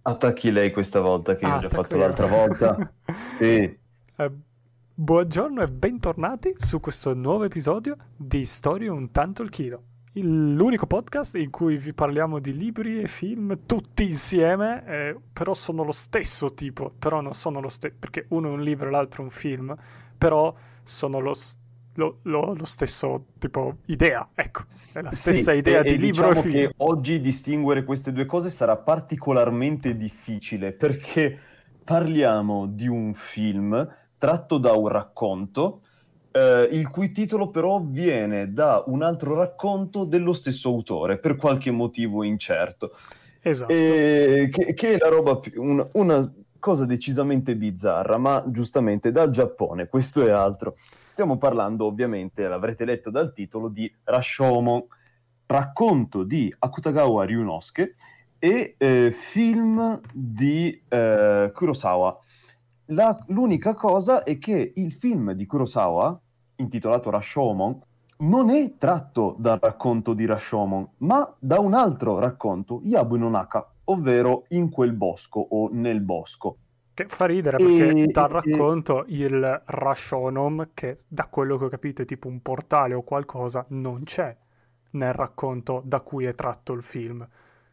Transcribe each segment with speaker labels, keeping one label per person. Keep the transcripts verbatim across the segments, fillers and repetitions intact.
Speaker 1: Attacchi lei questa volta che io
Speaker 2: Ah,
Speaker 1: ho già
Speaker 2: attacco
Speaker 1: fatto
Speaker 2: io.
Speaker 1: l'altra volta. Sì,
Speaker 2: Eh, buongiorno e bentornati su questo nuovo episodio di Storie un tanto il chilo. Il- L'unico podcast in cui vi parliamo di libri e film tutti insieme, eh, però sono lo stesso tipo, però non sono lo stesso, perché uno è un libro e l'altro è un film, però sono lo, s- lo- lo- lo stesso tipo idea, ecco, è
Speaker 1: S-
Speaker 2: la stessa
Speaker 1: sì, e,
Speaker 2: idea
Speaker 1: e
Speaker 2: di libro e
Speaker 1: diciamo
Speaker 2: film.
Speaker 1: che oggi distinguere queste due cose sarà particolarmente difficile perché parliamo di un film tratto da un racconto, eh, il cui titolo però viene da un altro racconto dello stesso autore, per qualche motivo incerto.
Speaker 2: Esatto.
Speaker 1: E che, che è la roba più- una, una cosa decisamente bizzarra, ma giustamente dal Giappone, questo è altro. Stiamo parlando, ovviamente, l'avrete letto dal titolo, di Rashomon, racconto di Akutagawa Ryunosuke e eh, film di eh, Kurosawa. La- l'unica cosa è che il film di Kurosawa, intitolato Rashomon, non è tratto dal racconto di Rashomon, ma da un altro racconto, Yabu no Naka, ovvero In quel bosco o Nel bosco.
Speaker 2: Che fa ridere
Speaker 1: E,
Speaker 2: perché dal
Speaker 1: e- e-
Speaker 2: racconto il Rashonom, che da quello che ho capito è tipo un portale o qualcosa, non c'è nel racconto da cui è tratto il film.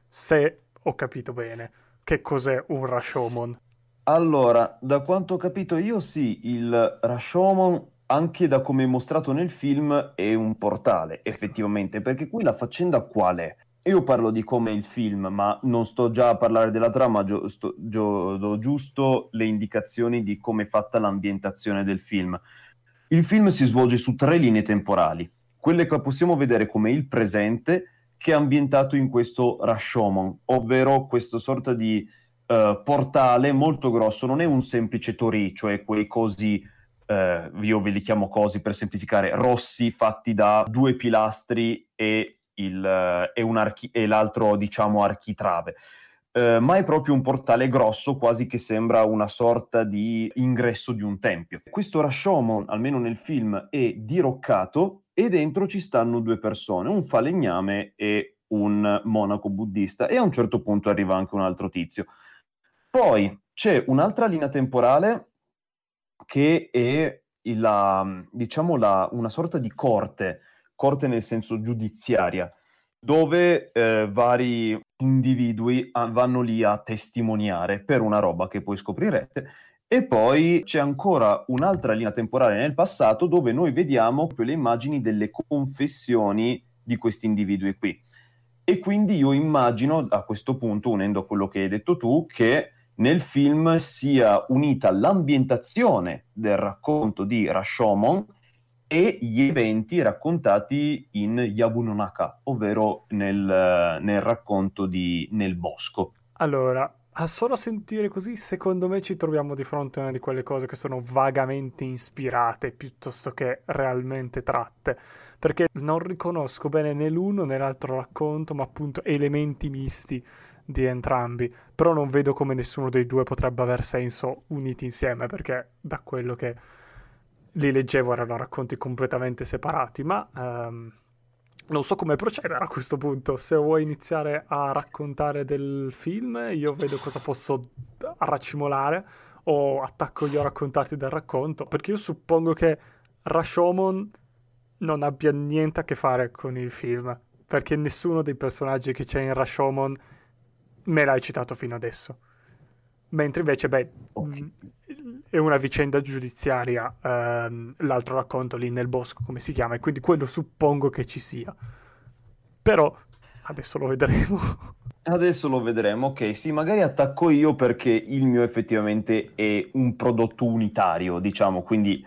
Speaker 2: Se ho capito bene, che cos'è un Rashomon?
Speaker 1: Allora, da quanto ho capito io, sì, il Rashomon, anche da come è mostrato nel film, è un portale,
Speaker 2: Ecco.
Speaker 1: effettivamente, perché qui la faccenda qual è? Io parlo di come è il film, ma non sto già a parlare della trama, gio- sto- gio- do giusto le indicazioni di come è fatta l'ambientazione del film. Il film si svolge su tre linee temporali, quelle che possiamo vedere come il presente, che è ambientato in questo Rashomon, ovvero questa sorta di eh, portale molto grosso, non è un semplice tori, cioè quei cosi, eh, io ve li chiamo cosi per semplificare, rossi fatti da due pilastri e, il, eh, e, un archi- e l'altro, diciamo, architrave. Eh, ma è proprio un portale grosso, quasi che sembra una sorta di ingresso di un tempio. Questo Rashomon, almeno nel film, è diroccato e dentro ci stanno due persone, un falegname e un monaco buddista, e a un certo punto arriva anche un altro tizio. Poi c'è un'altra linea temporale che è la, diciamo la, una sorta di corte, corte nel senso giudiziaria, dove eh, vari individui ah, vanno lì a testimoniare per una roba che poi scoprirete. E poi c'è ancora un'altra linea temporale nel passato dove noi vediamo proprio le immagini delle confessioni di questi individui qui. E quindi io immagino a questo punto, unendo a quello che hai detto tu, che nel film sia unita l'ambientazione del racconto di Rashomon e gli eventi raccontati in Yabunonaka, ovvero nel, nel racconto di Nel bosco.
Speaker 2: Allora, a solo sentire così, secondo me ci troviamo di fronte a una di quelle cose che sono vagamente ispirate piuttosto che realmente tratte, perché non riconosco bene né l'uno né l'altro racconto, ma appunto elementi misti di entrambi, però non vedo come nessuno dei due potrebbe aver senso uniti insieme, perché da quello che li leggevo erano racconti completamente separati, ma ehm, non so come procedere a questo punto. Se vuoi iniziare a raccontare del film, io vedo cosa posso racimolare o attacco io a raccontarti del racconto, perché io suppongo che Rashomon non abbia niente a che fare con il film, perché nessuno dei personaggi che c'è in Rashomon me l'hai citato fino adesso. Mentre invece, beh,
Speaker 1: Ok.
Speaker 2: mh, è una vicenda giudiziaria, ehm, l'altro racconto lì nel bosco, come si chiama, e quindi quello suppongo che ci sia. Però adesso lo vedremo.
Speaker 1: Adesso lo vedremo. Ok, sì, magari attacco io perché il mio effettivamente è un prodotto unitario, diciamo, quindi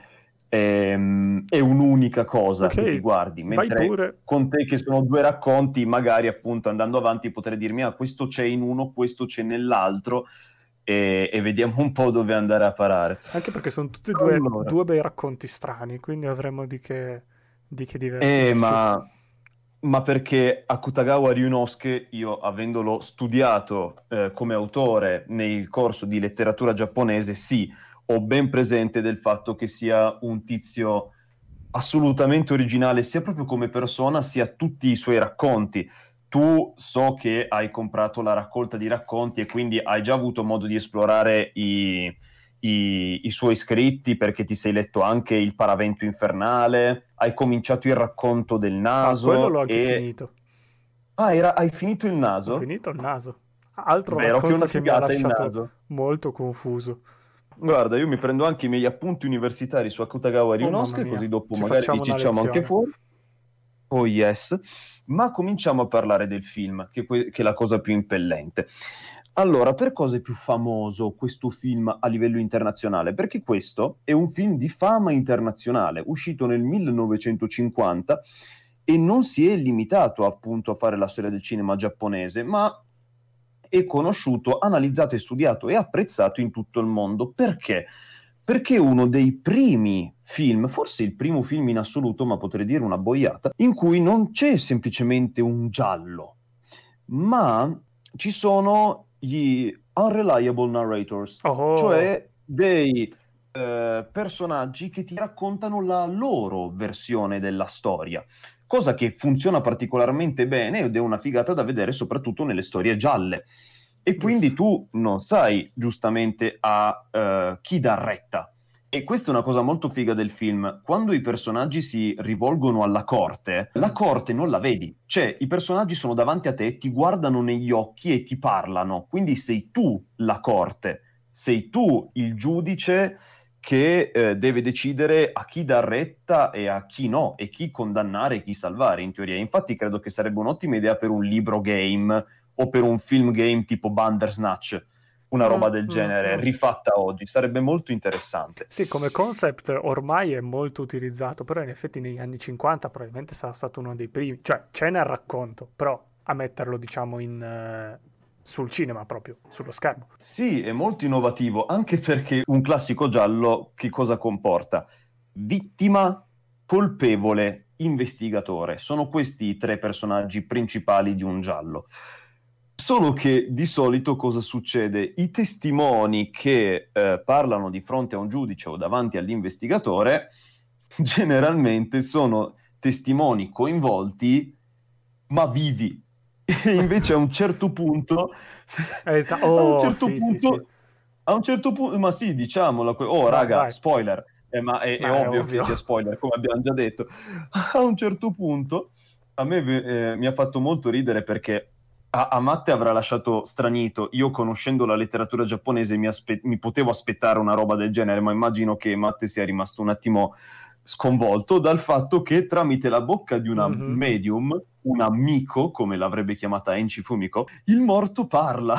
Speaker 1: ehm, è un'unica cosa che ti
Speaker 2: Ok,
Speaker 1: guardi,
Speaker 2: vai
Speaker 1: mentre
Speaker 2: pure.
Speaker 1: con te che sono due racconti, magari appunto andando avanti potrei dirmi, ah, questo c'è in uno, questo c'è nell'altro, e, e vediamo un po' dove andare a parare.
Speaker 2: Anche perché sono tutti e due,
Speaker 1: Allora,
Speaker 2: due bei racconti strani, quindi avremo di che, di che
Speaker 1: eh,
Speaker 2: divertirci.
Speaker 1: ma, ma perché Akutagawa Ryunosuke, io avendolo studiato eh, come autore nel corso di letteratura giapponese, sì, ho ben presente del fatto che sia un tizio assolutamente originale, sia proprio come persona, sia tutti i suoi racconti. tu so che hai comprato la raccolta di racconti e quindi hai già avuto modo di esplorare i, i, i suoi scritti, perché ti sei letto anche Il Paravento Infernale, hai cominciato il racconto del
Speaker 2: Ah, quello l'ho
Speaker 1: naso
Speaker 2: anche
Speaker 1: e...
Speaker 2: finito.
Speaker 1: Ah, era... hai finito il
Speaker 2: Ho
Speaker 1: naso?
Speaker 2: finito il naso. Altro
Speaker 1: Vero che è
Speaker 2: racconto
Speaker 1: una
Speaker 2: che mi ha
Speaker 1: figata il
Speaker 2: lasciato
Speaker 1: naso.
Speaker 2: molto confuso.
Speaker 1: Guarda, io mi prendo anche i miei appunti universitari su Akutagawa
Speaker 2: Oh mamma
Speaker 1: Ryunosuke,
Speaker 2: mia,
Speaker 1: così dopo
Speaker 2: ci
Speaker 1: magari li
Speaker 2: facciamo una
Speaker 1: cicciamo anche
Speaker 2: lezione.
Speaker 1: fuori. Oh yes, ma cominciamo a parlare del film, che, que- che è la cosa più impellente. Allora, per cosa è più famoso questo film a livello internazionale? Perché questo è un film di fama internazionale, uscito nel millenovecentocinquanta e non si è limitato appunto a fare la storia del cinema giapponese, ma è conosciuto, analizzato e studiato e apprezzato in tutto il mondo. Perché? Perché è uno dei primi film, forse il primo film in assoluto, ma potrei dire una boiata, in cui non c'è semplicemente un giallo, ma ci sono gli unreliable narrators,
Speaker 2: Oh,
Speaker 1: cioè dei eh, personaggi che ti raccontano la loro versione della storia, cosa che funziona particolarmente bene ed è una figata da vedere soprattutto nelle storie gialle. E quindi
Speaker 2: giusto.
Speaker 1: tu non sai giustamente a eh, chi dar retta. E questa è una cosa molto figa del film. Quando i personaggi si rivolgono alla corte, la
Speaker 2: Mm.
Speaker 1: corte non la vedi. Cioè, i personaggi sono davanti a te, ti guardano negli occhi e ti parlano. Quindi sei tu la corte, sei tu il giudice che eh, deve decidere a chi dar retta e a chi no, e chi condannare e chi salvare, in teoria. Infatti credo che sarebbe un'ottima idea per un libro game o per un film game tipo Bandersnatch, una
Speaker 2: Mm,
Speaker 1: roba del
Speaker 2: mm,
Speaker 1: genere,
Speaker 2: mm.
Speaker 1: rifatta oggi, sarebbe molto interessante.
Speaker 2: Sì, come concept ormai è molto utilizzato, però in effetti negli anni cinquanta probabilmente sarà stato uno dei primi, cioè c'è nel racconto, però a metterlo diciamo in, eh, sul cinema proprio, sullo schermo.
Speaker 1: Sì, è molto innovativo, anche perché un classico giallo che cosa comporta? Vittima, colpevole, investigatore. Sono questi i tre personaggi principali di un giallo. Solo che di solito cosa succede? I testimoni che eh, parlano di fronte a un giudice o davanti all'investigatore generalmente sono testimoni coinvolti ma vivi. E invece a un certo punto,
Speaker 2: Esa-
Speaker 1: a un
Speaker 2: oh,
Speaker 1: certo
Speaker 2: sì, sì, sì.
Speaker 1: punto, a un certo punto, ma sì, diciamolo, que- oh
Speaker 2: Vai,
Speaker 1: raga,
Speaker 2: vai.
Speaker 1: spoiler, eh, ma è, è
Speaker 2: Ma è
Speaker 1: ovvio che
Speaker 2: ovvio.
Speaker 1: sia spoiler, come abbiamo già detto. A un certo punto, a me eh, mi ha fatto molto ridere perché a, a Matte avrà lasciato stranito. Io, conoscendo la letteratura giapponese, mi, aspe- mi potevo aspettare una roba del genere, ma immagino che Matte sia rimasto un attimo sconvolto dal fatto che tramite la bocca di una
Speaker 2: Mhm.
Speaker 1: medium, una Miko, come l'avrebbe chiamata Enchi Fumiko, il morto parla.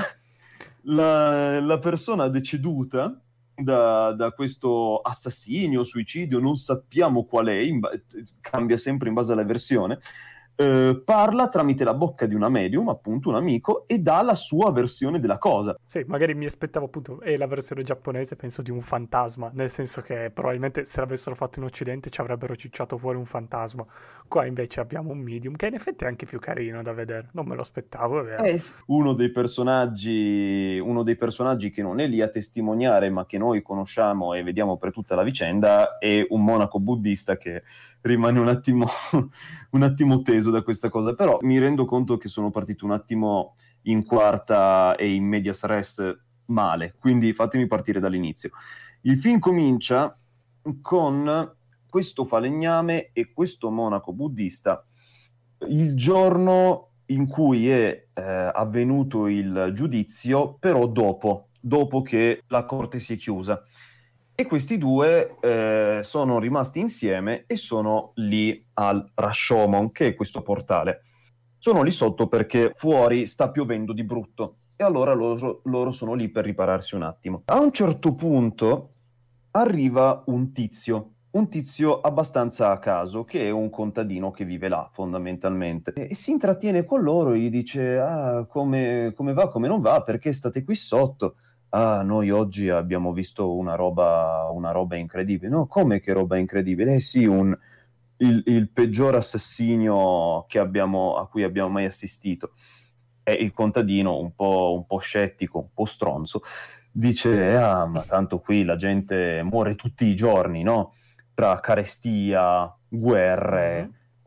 Speaker 1: La, la persona deceduta da, da questo assassinio, suicidio, non sappiamo qual è, in ba- cambia sempre in base alla versione, eh, parla tramite la bocca di una medium, appunto un amico, e dà la sua versione della cosa.
Speaker 2: Sì, magari mi aspettavo appunto, è la versione giapponese, penso di un fantasma, nel senso che probabilmente se l'avessero fatto in Occidente ci avrebbero cicciato fuori un fantasma. Qua invece abbiamo un medium che in effetti è anche più carino da vedere, non me lo aspettavo, è vero.
Speaker 1: Eh, sì. Uno dei personaggi, uno dei personaggi che non è lì a testimoniare, ma che noi conosciamo e vediamo per tutta la vicenda, è un monaco buddista che rimane un attimo, un attimo teso da questa cosa. Però mi rendo conto che sono partito un attimo in quarta e in medias res male, quindi fatemi partire dall'inizio. Il film comincia con questo falegname e questo monaco buddista il giorno in cui è eh, avvenuto il giudizio, però dopo, dopo che la corte si è chiusa. E questi due eh, sono rimasti insieme e sono lì al Rashomon, che è questo portale. Sono lì sotto perché fuori sta piovendo di brutto e allora loro, loro sono lì per ripararsi un attimo. A un certo punto arriva un tizio, un tizio abbastanza a caso, che è un contadino che vive là fondamentalmente, e, e si intrattiene con loro e gli dice: ah, come, come va, come non va, perché state qui sotto? Ah, noi oggi abbiamo visto una roba, una roba incredibile. No, come che roba incredibile? Eh sì, un, il, il peggior assassinio che abbiamo, a cui abbiamo mai assistito. E il contadino, un po', un po' scettico, un po' stronzo, dice: ah, ma tanto qui la gente muore tutti i giorni, no? Tra carestia,
Speaker 2: Mhm.
Speaker 1: guerre,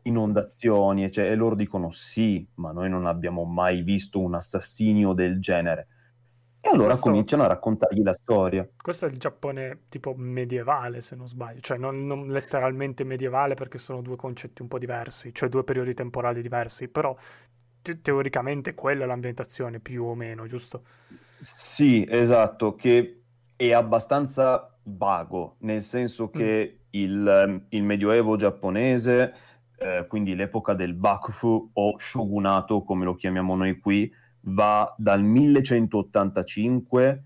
Speaker 1: inondazioni, cioè, e loro dicono sì, ma noi non abbiamo mai visto un assassinio del genere. E
Speaker 2: E
Speaker 1: allora
Speaker 2: questo,
Speaker 1: cominciano a raccontargli la storia.
Speaker 2: questo è il Giappone tipo medievale, se non sbaglio, cioè non, non letteralmente medievale perché sono due concetti un po' diversi, cioè due periodi temporali diversi, però te- teoricamente quella è l'ambientazione più o meno, giusto?
Speaker 1: Sì, esatto, che è abbastanza vago, nel senso
Speaker 2: Mm,
Speaker 1: che il, il Medioevo giapponese, eh, quindi l'epoca del Bakufu o Shogunato, come lo chiamiamo noi qui, va dal millecentottantacinque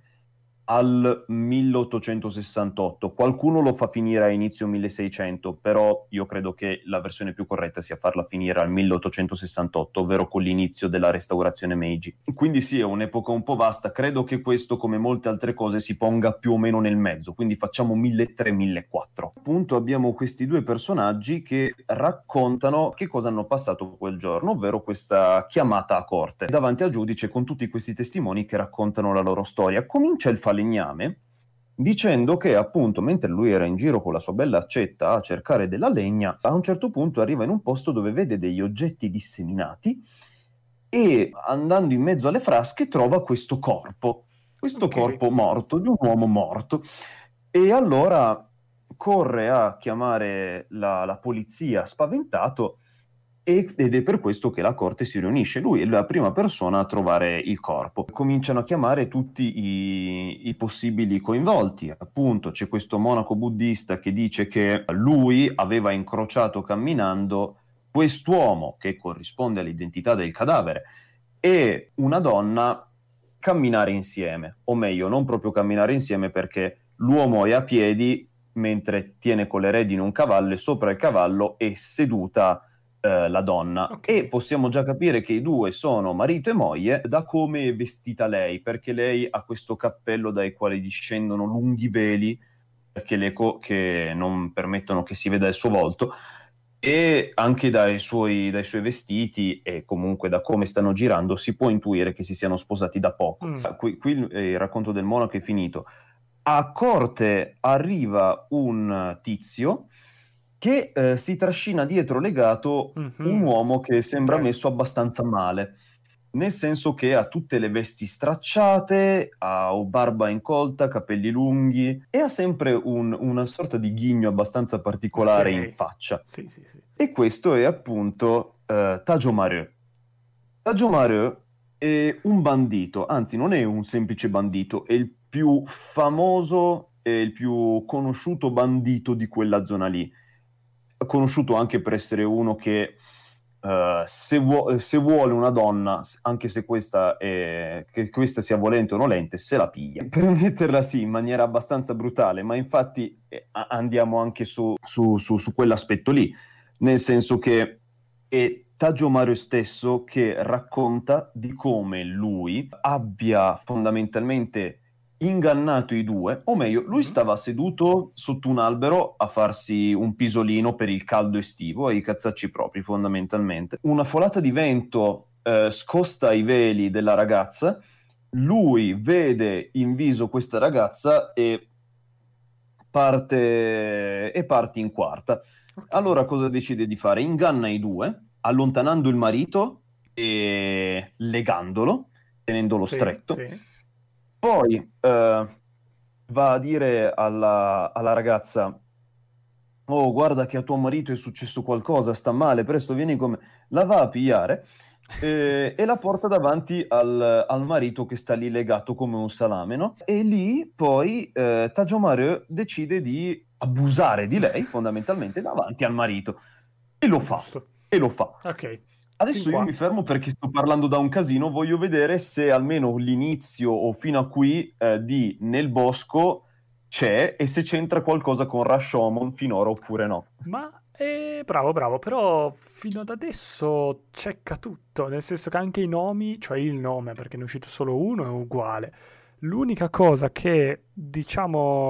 Speaker 1: al milleottocentosessantotto. Qualcuno lo fa finire a inizio milleseicento, però io credo che la versione più corretta sia farla finire al milleottocentosessantotto, ovvero con l'inizio della restaurazione Meiji. Quindi sì, è un'epoca un po' vasta. Credo che questo, come molte altre cose, si ponga più o meno nel mezzo, quindi facciamo milletrecento millequattrocento. Appunto abbiamo questi due personaggi che raccontano che cosa hanno passato quel giorno, ovvero questa chiamata a corte davanti al giudice con tutti questi testimoni che raccontano la loro storia. Comincia il falegname dicendo che appunto mentre lui era in giro con la sua bella accetta a cercare della legna, a un certo punto arriva in un posto dove vede degli oggetti disseminati e andando in mezzo alle frasche trova questo corpo, questo
Speaker 2: ok.
Speaker 1: corpo morto, di un uomo morto. E allora corre a chiamare la, la polizia spaventato e- ed è per questo che la corte si riunisce. Lui è la prima persona a trovare il corpo. Cominciano a chiamare tutti i, i possibili coinvolti. Appunto, c'è questo monaco buddista che dice che lui aveva incrociato camminando quest'uomo che corrisponde all'identità del cadavere e una donna camminare insieme, o meglio, non proprio camminare insieme perché l'uomo è a piedi mentre tiene con le redini un cavallo e sopra il cavallo è seduta eh, la donna.
Speaker 2: Ok,
Speaker 1: E possiamo già capire che i due sono marito e moglie da come è vestita lei, perché lei ha questo cappello dai quali discendono lunghi veli che, le co- che non permettono che si veda il suo volto e anche dai suoi, dai suoi vestiti e comunque da come stanno girando si può intuire che si siano sposati da poco.
Speaker 2: mm,
Speaker 1: Qui, qui il, il racconto del monaco è finito. A corte arriva un tizio che eh, si trascina dietro legato un
Speaker 2: mhm,
Speaker 1: uomo che
Speaker 2: ok,
Speaker 1: sembra messo abbastanza male, nel senso che ha tutte le vesti stracciate, ha barba incolta, capelli lunghi e ha sempre un- una sorta di ghigno abbastanza particolare in
Speaker 2: ok,
Speaker 1: faccia.
Speaker 2: sì, sì, sì.
Speaker 1: E questo è appunto eh, Tajo Maru. Tajo Maru è un bandito, anzi non è un semplice bandito, è il più famoso e il più conosciuto bandito di quella zona lì. Conosciuto anche per essere uno che eh, se, vuo- se vuole una donna, s- anche se questa, è, che questa sia volente o nolente, se la piglia. Per metterla sì, in maniera abbastanza brutale, ma infatti eh, a- andiamo anche su, su, su, su quell'aspetto lì, nel senso che è Tajo Maru stesso che racconta di come lui abbia fondamentalmente ingannato i due, o meglio, lui
Speaker 2: Mhm,
Speaker 1: stava seduto sotto un albero a farsi un pisolino per il caldo estivo, ai cazzacci propri fondamentalmente. Una folata di vento eh, scosta i veli della ragazza, lui vede in viso questa ragazza e parte, e parte in quarta.
Speaker 2: ok,
Speaker 1: Allora cosa decide di fare? Inganna i due, allontanando il marito e legandolo, tenendolo
Speaker 2: sì,
Speaker 1: stretto.
Speaker 2: sì,
Speaker 1: Poi eh, va a dire alla, alla ragazza: Oh, guarda che a tuo marito è successo qualcosa, sta male, presto vieni con me. La va a pigliare eh, e la porta davanti al, al marito che sta lì legato come un salame, no? E lì poi eh, Tajomaru decide di abusare di lei fondamentalmente davanti al marito. E lo fa,
Speaker 2: giusto.
Speaker 1: e lo fa.
Speaker 2: Ok, fin
Speaker 1: Adesso io mi
Speaker 2: qua.
Speaker 1: fermo perché sto parlando da un casino, voglio vedere se almeno l'inizio o fino a qui eh, di Nel Bosco c'è e se c'entra qualcosa con Rashomon finora oppure no.
Speaker 2: Ma eh, bravo, bravo, però fino ad adesso cecca tutto, nel senso che anche i nomi, cioè il nome, perché ne è uscito solo uno, è uguale. L'unica cosa che, diciamo,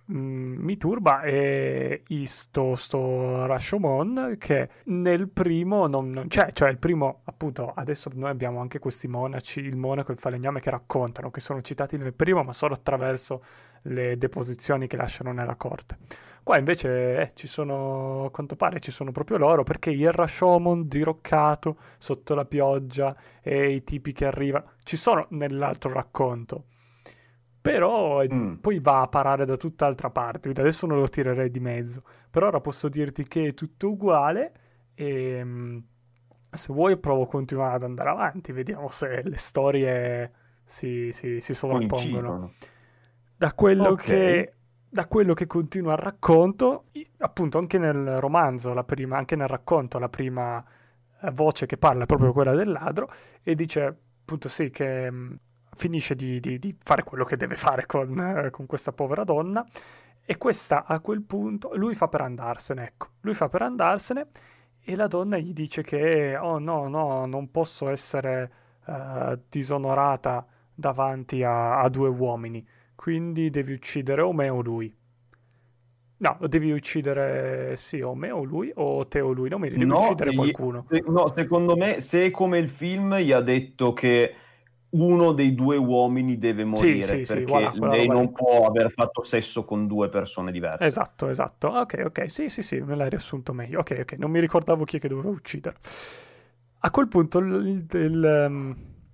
Speaker 2: mh, mi turba è sto, sto Rashomon che nel primo non, non c'è, cioè il primo appunto adesso noi abbiamo anche questi monaci, il monaco e il falegname che raccontano, che sono citati nel primo ma solo attraverso le deposizioni che lasciano nella corte. Qua invece eh, ci sono, a quanto pare ci sono proprio loro, perché il Rashomon diroccato sotto la pioggia e i tipi che arrivano ci sono nell'altro racconto. Però eh,
Speaker 1: Mm.
Speaker 2: poi va a parare da tutt'altra parte, quindi adesso non lo tirerei di mezzo. Per ora posso dirti che è tutto uguale e mh, se vuoi provo a continuare ad andare avanti, vediamo se le storie si, si, si sovrappongono.
Speaker 1: Coincidono.
Speaker 2: Da quello
Speaker 1: Ok.
Speaker 2: che, da quello che continua il racconto, i- appunto anche nel romanzo, la prima, anche nel racconto, la prima eh, voce che parla è proprio quella del ladro e dice appunto sì che mh, finisce di, di- di fare quello che deve fare con, eh, con questa povera donna e questa a quel punto, lui fa per andarsene, ecco, lui fa per andarsene e la donna gli dice che oh no, no, non posso essere eh, disonorata davanti a, a due uomini, quindi devi uccidere o me o lui. No, devi uccidere sì, o me o lui, o te o lui, non mi devi
Speaker 1: No,
Speaker 2: uccidere
Speaker 1: gli-
Speaker 2: qualcuno.
Speaker 1: se- no, secondo me, se è come il film, gli ha detto che uno dei due uomini deve
Speaker 2: Sì,
Speaker 1: morire
Speaker 2: sì, sì,
Speaker 1: perché
Speaker 2: voilà, quella
Speaker 1: lei
Speaker 2: roba lì.
Speaker 1: non può aver fatto sesso con due persone diverse.
Speaker 2: Esatto, esatto. Ok, ok, sì, sì, sì, me l'hai riassunto meglio. Ok, ok, non mi ricordavo chi è che doveva uccidere. A quel punto il, il- il, ehm,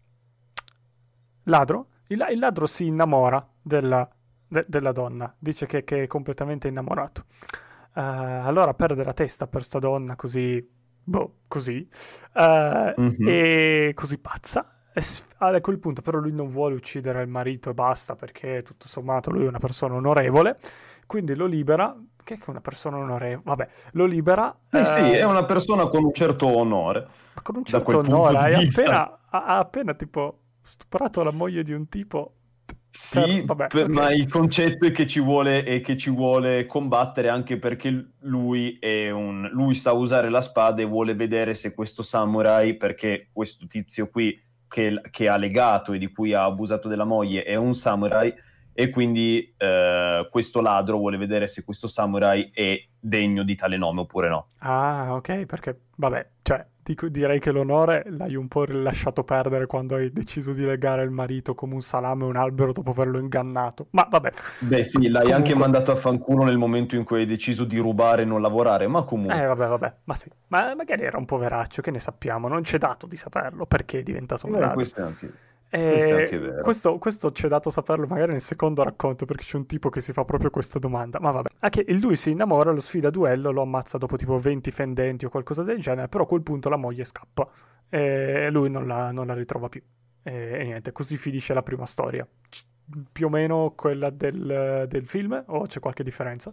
Speaker 2: ladro, il, il ladro si innamora della, de- della donna, dice che, che è completamente innamorato. Eh, allora perde la testa per sta donna così, boh, così, eh,
Speaker 1: Mhm.
Speaker 2: e così pazza. E s- a quel punto però lui non vuole uccidere il marito e basta perché tutto sommato lui è una persona onorevole, quindi lo libera, che è una persona onorevole, vabbè, lo libera,
Speaker 1: Eh sì, è
Speaker 2: eh,
Speaker 1: una persona con un certo onore,
Speaker 2: ma con un
Speaker 1: da
Speaker 2: certo
Speaker 1: quel punto
Speaker 2: onore,
Speaker 1: di
Speaker 2: hai
Speaker 1: vista.
Speaker 2: appena, ha, ha appena tipo stuprato la moglie di un tipo per,
Speaker 1: Sì,
Speaker 2: vabbè,
Speaker 1: p- ma
Speaker 2: ok.
Speaker 1: il concetto è che ci vuole, è che ci vuole combattere anche perché lui, è un, lui sa usare la spada e vuole vedere se questo samurai, perché questo tizio qui che, che ha legato e di cui ha abusato della moglie è un samurai e quindi eh, questo ladro vuole vedere se questo samurai è degno di tale nome oppure no.
Speaker 2: Ah, ok, perché, vabbè, cioè, dico- direi che l'onore l'hai un po' lasciato perdere quando hai deciso di legare il marito come un salame a un albero dopo averlo ingannato. Ma vabbè,
Speaker 1: Beh
Speaker 2: co-
Speaker 1: sì, l'hai anche
Speaker 2: comunque,
Speaker 1: mandato a fanculo nel momento in cui hai deciso di rubare e non lavorare, ma
Speaker 2: eh,
Speaker 1: comunque.
Speaker 2: vabbè, vabbè, ma sì, ma magari era un poveraccio, che ne sappiamo, non c'è dato di saperlo perché è diventato un
Speaker 1: Eh,
Speaker 2: ladro.
Speaker 1: questo è anche, questo è anche
Speaker 2: E
Speaker 1: vero.
Speaker 2: questo, questo c'è dato saperlo magari nel secondo racconto perché c'è un tipo che si fa proprio questa domanda. Ma vabbè, anche lui si innamora, lo sfida a duello, lo ammazza dopo tipo venti fendenti o qualcosa del genere, però a quel punto la moglie scappa e lui non la, non la ritrova più. E, e niente, così finisce la prima storia. C- più o meno quella del, del film o c'è qualche differenza?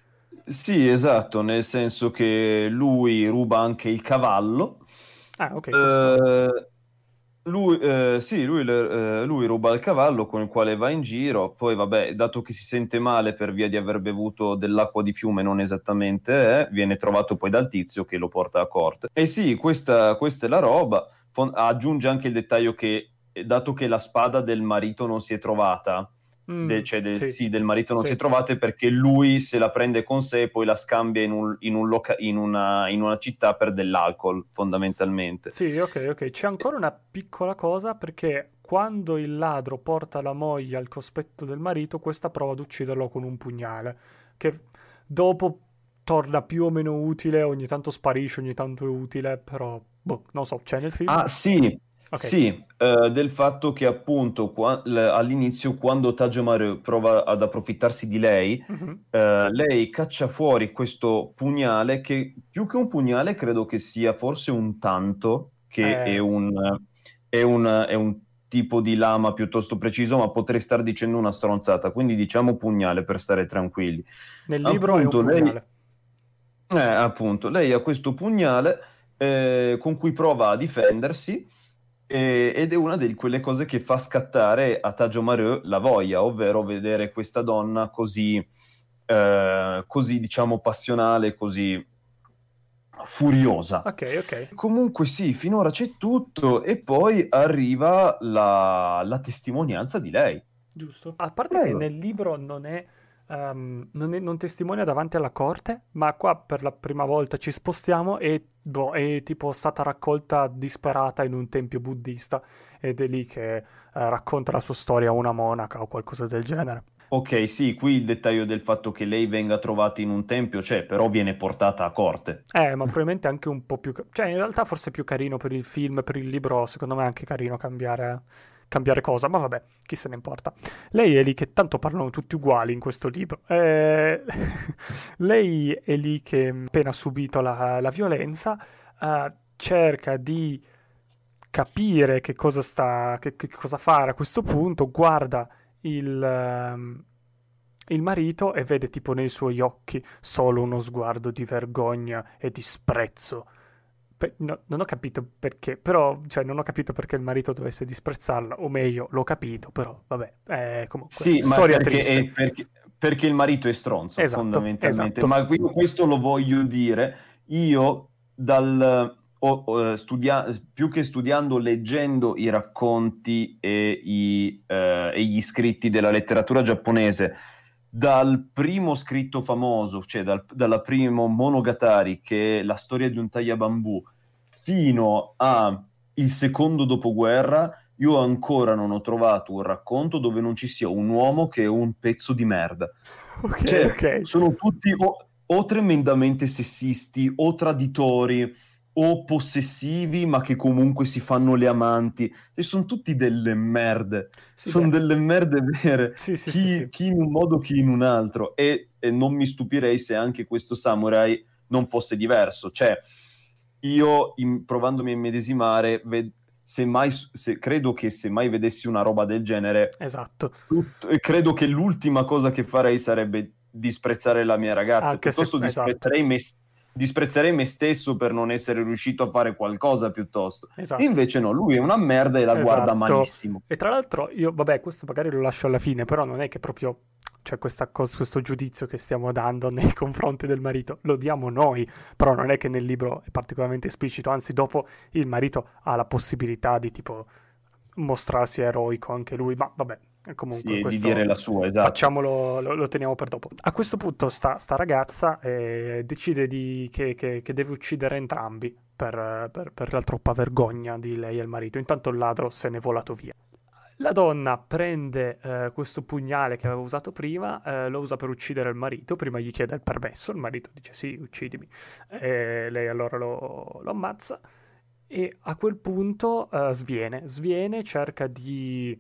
Speaker 1: Sì, esatto, nel senso che lui ruba anche il cavallo.
Speaker 2: Ah, ok, questo...
Speaker 1: Eh, lui, eh, sì, lui, le- eh, lui ruba il cavallo con il quale va in giro. Poi, vabbè, dato che si sente male per via di aver bevuto dell'acqua di fiume, non esattamente, eh, viene trovato poi dal tizio che lo porta a corte. E sì, questa, questa è la roba. Fon- aggiunge anche il dettaglio che, eh, dato che la spada del marito non si è trovata,
Speaker 2: Mm,
Speaker 1: de- cioè del,
Speaker 2: sì,
Speaker 1: sì, del marito non si è
Speaker 2: sì.
Speaker 1: trovata, è perché lui se la prende con sé e poi la scambia in, un- in un loca- in una, in una città per dell'alcol, fondamentalmente.
Speaker 2: Sì, ok, ok. C'è ancora una piccola cosa perché quando il ladro porta la moglie al cospetto del marito, questa prova ad ucciderlo con un pugnale, che dopo torna più o meno utile, ogni tanto sparisce, ogni tanto è utile, però, boh, non so, c'è nel film?
Speaker 1: Ah, sì,
Speaker 2: Ok.
Speaker 1: sì, eh, del fatto che appunto qua- l- all'inizio, quando Tajamaru prova ad approfittarsi di lei,
Speaker 2: Mhm.
Speaker 1: eh, lei caccia fuori questo pugnale che più che un pugnale credo che sia forse un tanto, che è
Speaker 2: Eh,
Speaker 1: un, è un, è un tipo di lama piuttosto preciso, ma potrei star dicendo una stronzata, quindi diciamo pugnale per stare tranquilli.
Speaker 2: nel libro è un
Speaker 1: Appunto, lei,
Speaker 2: pugnale.
Speaker 1: eh, appunto, lei ha questo pugnale eh, con cui prova a difendersi e- ed è una di quelle cose che fa scattare a Tajo Mareux la voglia, ovvero vedere questa donna così, eh, così diciamo passionale, così furiosa.
Speaker 2: Ok, ok.
Speaker 1: Comunque sì, finora c'è tutto e poi arriva la, la testimonianza di lei.
Speaker 2: Giusto. A parte che
Speaker 1: Prego.
Speaker 2: nel libro non è um, non, è- non testimonia davanti alla corte, ma qua per la prima volta ci spostiamo e boh, è tipo stata raccolta disperata in un tempio buddista ed è lì che eh, racconta la sua storia a una monaca o qualcosa del genere.
Speaker 1: Ok, sì, qui il dettaglio del fatto che lei venga trovata in un tempio c'è, però viene portata a corte.
Speaker 2: Eh, ma probabilmente anche un po' più... ca- Cioè, in realtà forse è più carino per il film, per il libro, secondo me è anche carino cambiare, cambiare cosa, ma vabbè, chi se ne importa. Lei è lì che tanto parlano tutti uguali in questo libro. Eh, lei è lì che mh, appena subito la, la violenza, eh, cerca di capire che cosa sta, che, che cosa fare a questo punto, guarda il, ehm, il marito e vede tipo nei suoi occhi solo uno sguardo di vergogna e disprezzo. Pe- no- non ho capito perché, però, cioè, non ho capito perché il marito dovesse disprezzarla, o meglio, l'ho capito, però, vabbè, eh, comunque,
Speaker 1: Sì, ma
Speaker 2: storia
Speaker 1: perché,
Speaker 2: triste.
Speaker 1: è- perché- perché il marito è stronzo,
Speaker 2: Esatto,
Speaker 1: fondamentalmente.
Speaker 2: esatto.
Speaker 1: Ma qui- questo lo voglio dire. Io, dal, ho- ho, eh, studia- più che studiando, leggendo i racconti e, i, eh, e gli scritti della letteratura giapponese, dal primo scritto famoso, cioè dal, dalla primo Monogatari, che è la storia di un tagliabambù, fino al secondo dopoguerra, io ancora non ho trovato un racconto dove non ci sia un uomo che è un pezzo di merda.
Speaker 2: Ok,
Speaker 1: Cioè,
Speaker 2: ok.
Speaker 1: sono tutti o, o tremendamente sessisti, o traditori, o possessivi, ma che comunque si fanno le amanti. E sono tutti delle merde.
Speaker 2: Sì,
Speaker 1: Sono
Speaker 2: beh,
Speaker 1: delle merde vere,
Speaker 2: sì, sì, sì,
Speaker 1: chi,
Speaker 2: sì.
Speaker 1: chi in un modo, chi in un altro. E, e non mi stupirei se anche questo samurai non fosse diverso. Cioè, io, in- provandomi a immedesimare, ved- se mai, se, credo che se mai vedessi una roba del genere,
Speaker 2: Esatto.
Speaker 1: tut- eh, credo che l'ultima cosa che farei sarebbe disprezzare la mia ragazza.
Speaker 2: Anche se...
Speaker 1: Piuttosto
Speaker 2: Esatto,
Speaker 1: disprezzerei me, disprezzerei me stesso per non essere riuscito a fare qualcosa piuttosto.
Speaker 2: esatto.
Speaker 1: Invece no, lui è una merda e la guarda
Speaker 2: Esatto.
Speaker 1: malissimo.
Speaker 2: E tra l'altro io, vabbè, questo magari lo lascio alla fine, però non è che proprio c'è questa cos- questo giudizio che stiamo dando nei confronti del marito, lo diamo noi, però non è che nel libro è particolarmente esplicito, anzi dopo il marito ha la possibilità di tipo mostrarsi eroico anche lui, ma vabbè, comunque
Speaker 1: Sì, di dire
Speaker 2: questo
Speaker 1: la sua, esatto.
Speaker 2: facciamolo, lo, lo teniamo per dopo. A questo punto sta, sta ragazza eh, decide di- che, che- che deve uccidere entrambi per, per- per la troppa vergogna di lei e il marito. Intanto il ladro se n'è volato via. La donna prende eh, questo pugnale che aveva usato prima, eh, lo usa per uccidere il marito, prima gli chiede il permesso, il marito dice sì, uccidimi, e lei allora lo, lo ammazza e a quel punto eh, sviene, sviene, cerca di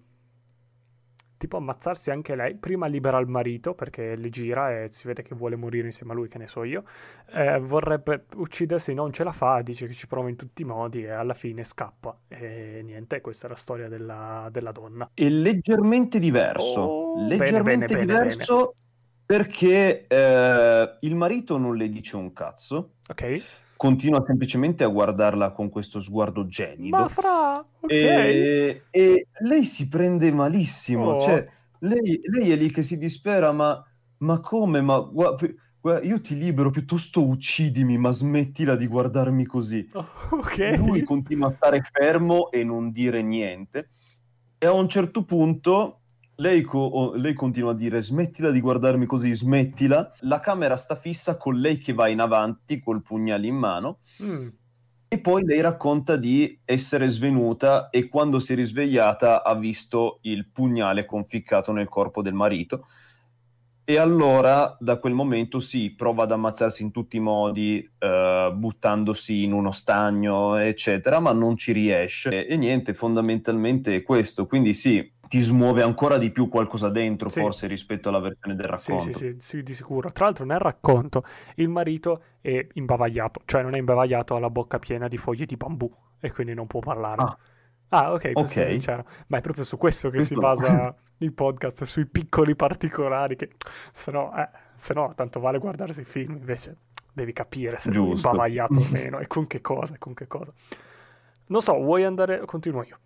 Speaker 2: tipo ammazzarsi anche lei, prima libera il marito perché le gira e si vede che vuole morire insieme a lui, che ne so io, eh, vorrebbe uccidersi, non ce la fa, dice che ci prova in tutti i modi e alla fine scappa e niente, questa è la storia della, della donna.
Speaker 1: È leggermente diverso,
Speaker 2: Oh, bene, bene,
Speaker 1: leggermente
Speaker 2: bene, bene.
Speaker 1: diverso perché eh, il marito non le dice un cazzo,
Speaker 2: Ok?
Speaker 1: continua semplicemente a guardarla con questo sguardo
Speaker 2: Ma
Speaker 1: gelido
Speaker 2: fra, ok.
Speaker 1: e, e lei si prende malissimo,
Speaker 2: Oh,
Speaker 1: cioè lei, lei è lì che si dispera, ma, ma come? Ma gua- pi- gua- io ti libero, piuttosto uccidimi, ma smettila di guardarmi così.
Speaker 2: oh, ok.
Speaker 1: Lui continua a stare fermo e non dire niente. E a un certo punto lei, co- o- lei continua a dire smettila di guardarmi così, smettila. La camera sta fissa con lei che va in avanti col pugnale in mano
Speaker 2: Mm,
Speaker 1: e poi lei racconta di essere svenuta e quando si è risvegliata ha visto il pugnale conficcato nel corpo del marito. E allora da quel momento sì, prova ad ammazzarsi in tutti i modi, eh, buttandosi in uno stagno, eccetera, ma non ci riesce. E, e niente, fondamentalmente è questo. Quindi sì, ti smuove ancora di più qualcosa dentro,
Speaker 2: sì.
Speaker 1: forse, rispetto alla versione del
Speaker 2: Sì, sì,
Speaker 1: racconto.
Speaker 2: sì, sì, di sicuro. Tra l'altro nel racconto il marito è imbavagliato, cioè non è imbavagliato, ha la bocca piena di foglie di bambù e quindi non può parlare.
Speaker 1: Ah,
Speaker 2: Ah, ok,
Speaker 1: ok.
Speaker 2: questo non c'era. Ma è proprio su questo che si
Speaker 1: Questo no.
Speaker 2: basa il podcast, sui piccoli particolari che se no, eh, se no tanto vale guardarsi il film, invece devi capire se lui è
Speaker 1: Giusto.
Speaker 2: imbavagliato o meno e con che cosa, e con che cosa. Non so, vuoi andare... Continuo io.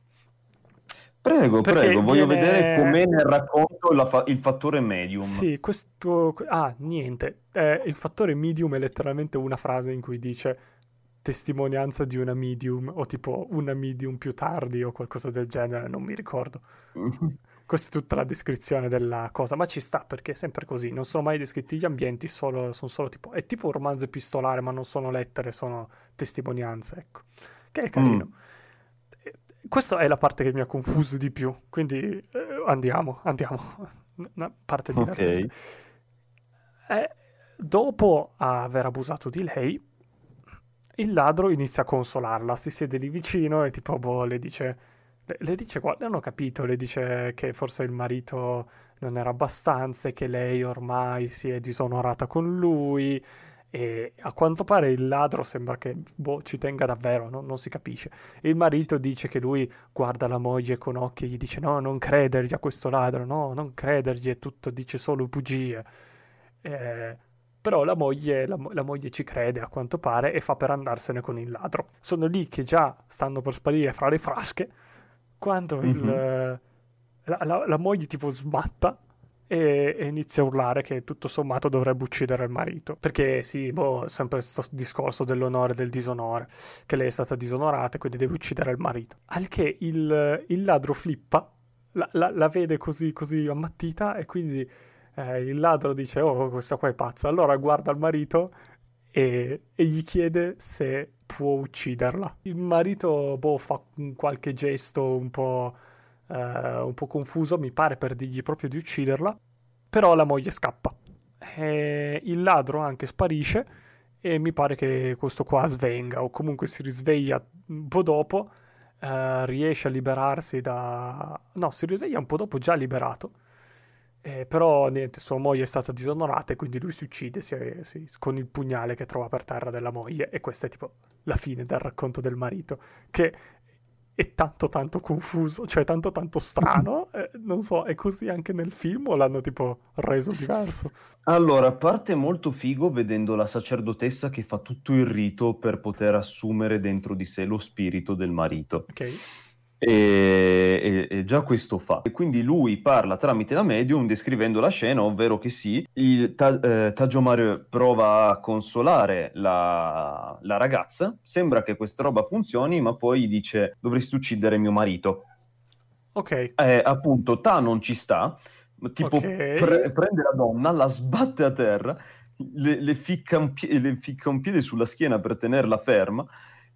Speaker 1: Prego,
Speaker 2: Perché
Speaker 1: prego, voglio vedere
Speaker 2: viene...
Speaker 1: com'è nel racconto la fa- il fattore medium.
Speaker 2: Sì, questo... Ah, niente. Eh, il fattore medium è letteralmente una frase in cui dice testimonianza di una medium o tipo una medium più tardi o qualcosa del genere, non mi ricordo. questa è tutta la descrizione della cosa, ma ci sta perché è sempre così, non sono mai descritti gli ambienti, solo, sono solo tipo, è tipo un romanzo epistolare, ma non sono lettere, sono testimonianze, ecco, che è carino.
Speaker 1: Mm,
Speaker 2: E questa è la parte che mi ha confuso di più, quindi eh, andiamo, andiamo, una parte
Speaker 1: ok.
Speaker 2: divertente. E dopo aver abusato di lei, il ladro inizia a consolarla, si siede lì vicino e tipo, boh, le dice, le, le dice, guarda, non ho capito, le dice che forse il marito non era abbastanza e che lei ormai si è disonorata con lui e a quanto pare il ladro sembra che, boh, ci tenga davvero, no? Non si capisce. E il marito dice che lui guarda la moglie con occhi e gli dice, no, non credergli a questo ladro, no, non credergli, è tutto, dice solo bugie. Eh, Però la moglie, la, mo- la moglie ci crede a quanto pare e fa per andarsene con il ladro. Sono lì che già stanno per sparire fra le frasche quando il,
Speaker 1: Mhm.
Speaker 2: eh, la, la- la moglie tipo smatta e, e inizia a urlare che tutto sommato dovrebbe uccidere il marito. Perché sì, boh, sempre questo discorso dell'onore e del disonore, che lei è stata disonorata e quindi deve uccidere il marito. Al che il, il ladro flippa, la, la- la vede così, così ammattita e quindi eh, il ladro dice, oh, questa qua è pazza. Allora guarda il marito e, e gli chiede se può ucciderla. Il marito, boh, fa un qualche gesto un po', eh, un po' confuso, mi pare per dirgli proprio di ucciderla, però la moglie scappa. E il ladro anche sparisce e mi pare che questo qua svenga o comunque si risveglia un po' dopo, eh, riesce a liberarsi da... No, si risveglia un po' dopo già liberato. Eh, però niente, sua moglie è stata disonorata e quindi lui si uccide si- si- con il pugnale che trova per terra della moglie e questa è tipo la fine del racconto del marito, che è tanto tanto confuso, cioè tanto tanto strano, eh, non so, è così anche nel film o l'hanno tipo reso diverso?
Speaker 1: Allora, parte molto figo vedendo la sacerdotessa che fa tutto il rito per poter assumere dentro di sé lo spirito del marito.
Speaker 2: Ok?
Speaker 1: E, e- e già questo fa. E quindi lui parla tramite la medium descrivendo la scena, ovvero che sì, il Ta- eh, Tajomare prova a consolare la, la ragazza, sembra che questa roba funzioni, ma poi dice dovresti uccidere mio marito.
Speaker 2: Ok,
Speaker 1: Eh, appunto, Ta non ci sta,
Speaker 2: ok,
Speaker 1: tipo pre- prende la donna, la sbatte a terra, le, le ficca un pie- le ficca un piede sulla schiena per tenerla ferma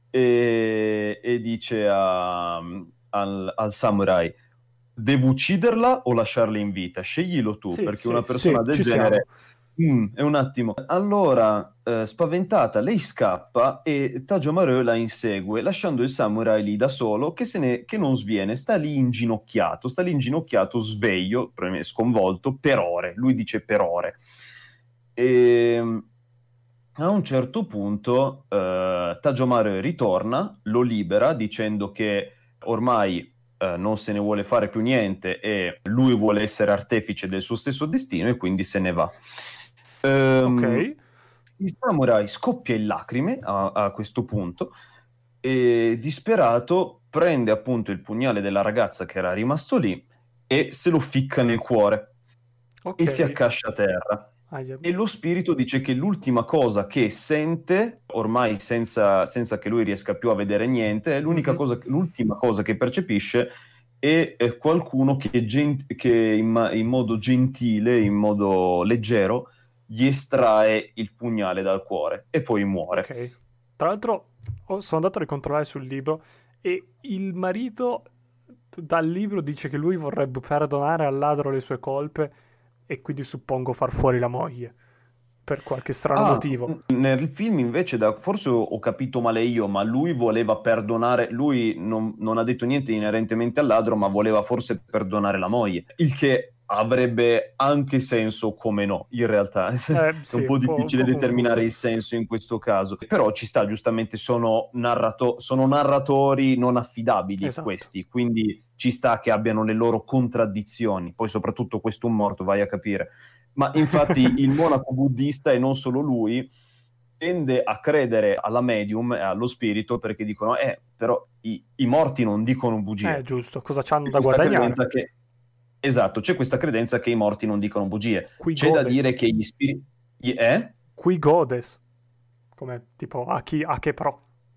Speaker 1: e, e dice a- al, al samurai, devo ucciderla o lasciarla in vita? Sceglilo tu,
Speaker 2: sì,
Speaker 1: perché
Speaker 2: sì,
Speaker 1: una persona
Speaker 2: sì,
Speaker 1: del
Speaker 2: ci siamo.
Speaker 1: genere... Mm, è un attimo. Allora, eh, spaventata, lei scappa e Tajomaru la insegue, lasciando il samurai lì da solo, che, se ne, che non sviene, sta lì inginocchiato, sta lì inginocchiato, sveglio, sconvolto, per ore. Lui dice per ore. E a un certo punto eh, Tajomaru ritorna, lo libera dicendo che ormai eh, non se ne vuole fare più niente e lui vuole essere artefice del suo stesso destino e quindi se ne va.
Speaker 2: Ok,
Speaker 1: Ehm, il samurai scoppia in lacrime a, a questo punto e disperato prende appunto il pugnale della ragazza che era rimasto lì e se lo ficca nel cuore
Speaker 2: ok.
Speaker 1: e si accascia a terra.
Speaker 2: Aia.
Speaker 1: E lo spirito dice che l'ultima cosa che sente, ormai senza, senza che lui riesca più a vedere niente, è l'unica
Speaker 2: Mhm.
Speaker 1: cosa, l'ultima cosa che percepisce è, è qualcuno che, gen- che in, ma- in modo gentile, in modo leggero, gli estrae il pugnale dal cuore e poi muore.
Speaker 2: Ok. Tra l'altro, ho- sono andato a ricontrollare sul libro e il marito t- dal libro dice che lui vorrebbe perdonare al ladro le sue colpe e quindi suppongo far fuori la moglie per qualche strano
Speaker 1: Ah,
Speaker 2: motivo.
Speaker 1: nel film invece, da, forse ho, ho capito male io, ma lui voleva perdonare, lui non, non ha detto niente inerentemente al ladro, ma voleva forse perdonare la moglie, il che avrebbe anche senso come no, in realtà.
Speaker 2: Eh
Speaker 1: È
Speaker 2: sì,
Speaker 1: un po'
Speaker 2: un po', un
Speaker 1: difficile
Speaker 2: po'
Speaker 1: determinare
Speaker 2: confuso.
Speaker 1: il senso in questo caso, però ci sta, giustamente sono, narrato- sono narratori non affidabili
Speaker 2: Esatto.
Speaker 1: questi, quindi ci sta che abbiano le loro contraddizioni, poi soprattutto questo un morto, vai a capire. Ma infatti il monaco buddista, e non solo lui, tende a credere alla medium e allo spirito perché dicono, eh, però i, i morti non dicono
Speaker 2: Eh,
Speaker 1: bugie.
Speaker 2: giusto, cosa c'hanno
Speaker 1: C'è
Speaker 2: da
Speaker 1: questa
Speaker 2: guadagnare?
Speaker 1: credenza che, esatto, c'è questa credenza che i morti non dicono bugie.
Speaker 2: Qui
Speaker 1: C'è da
Speaker 2: godes,
Speaker 1: dire che gli spiriti... Eh?
Speaker 2: qui godes, come tipo a chi, a che pro.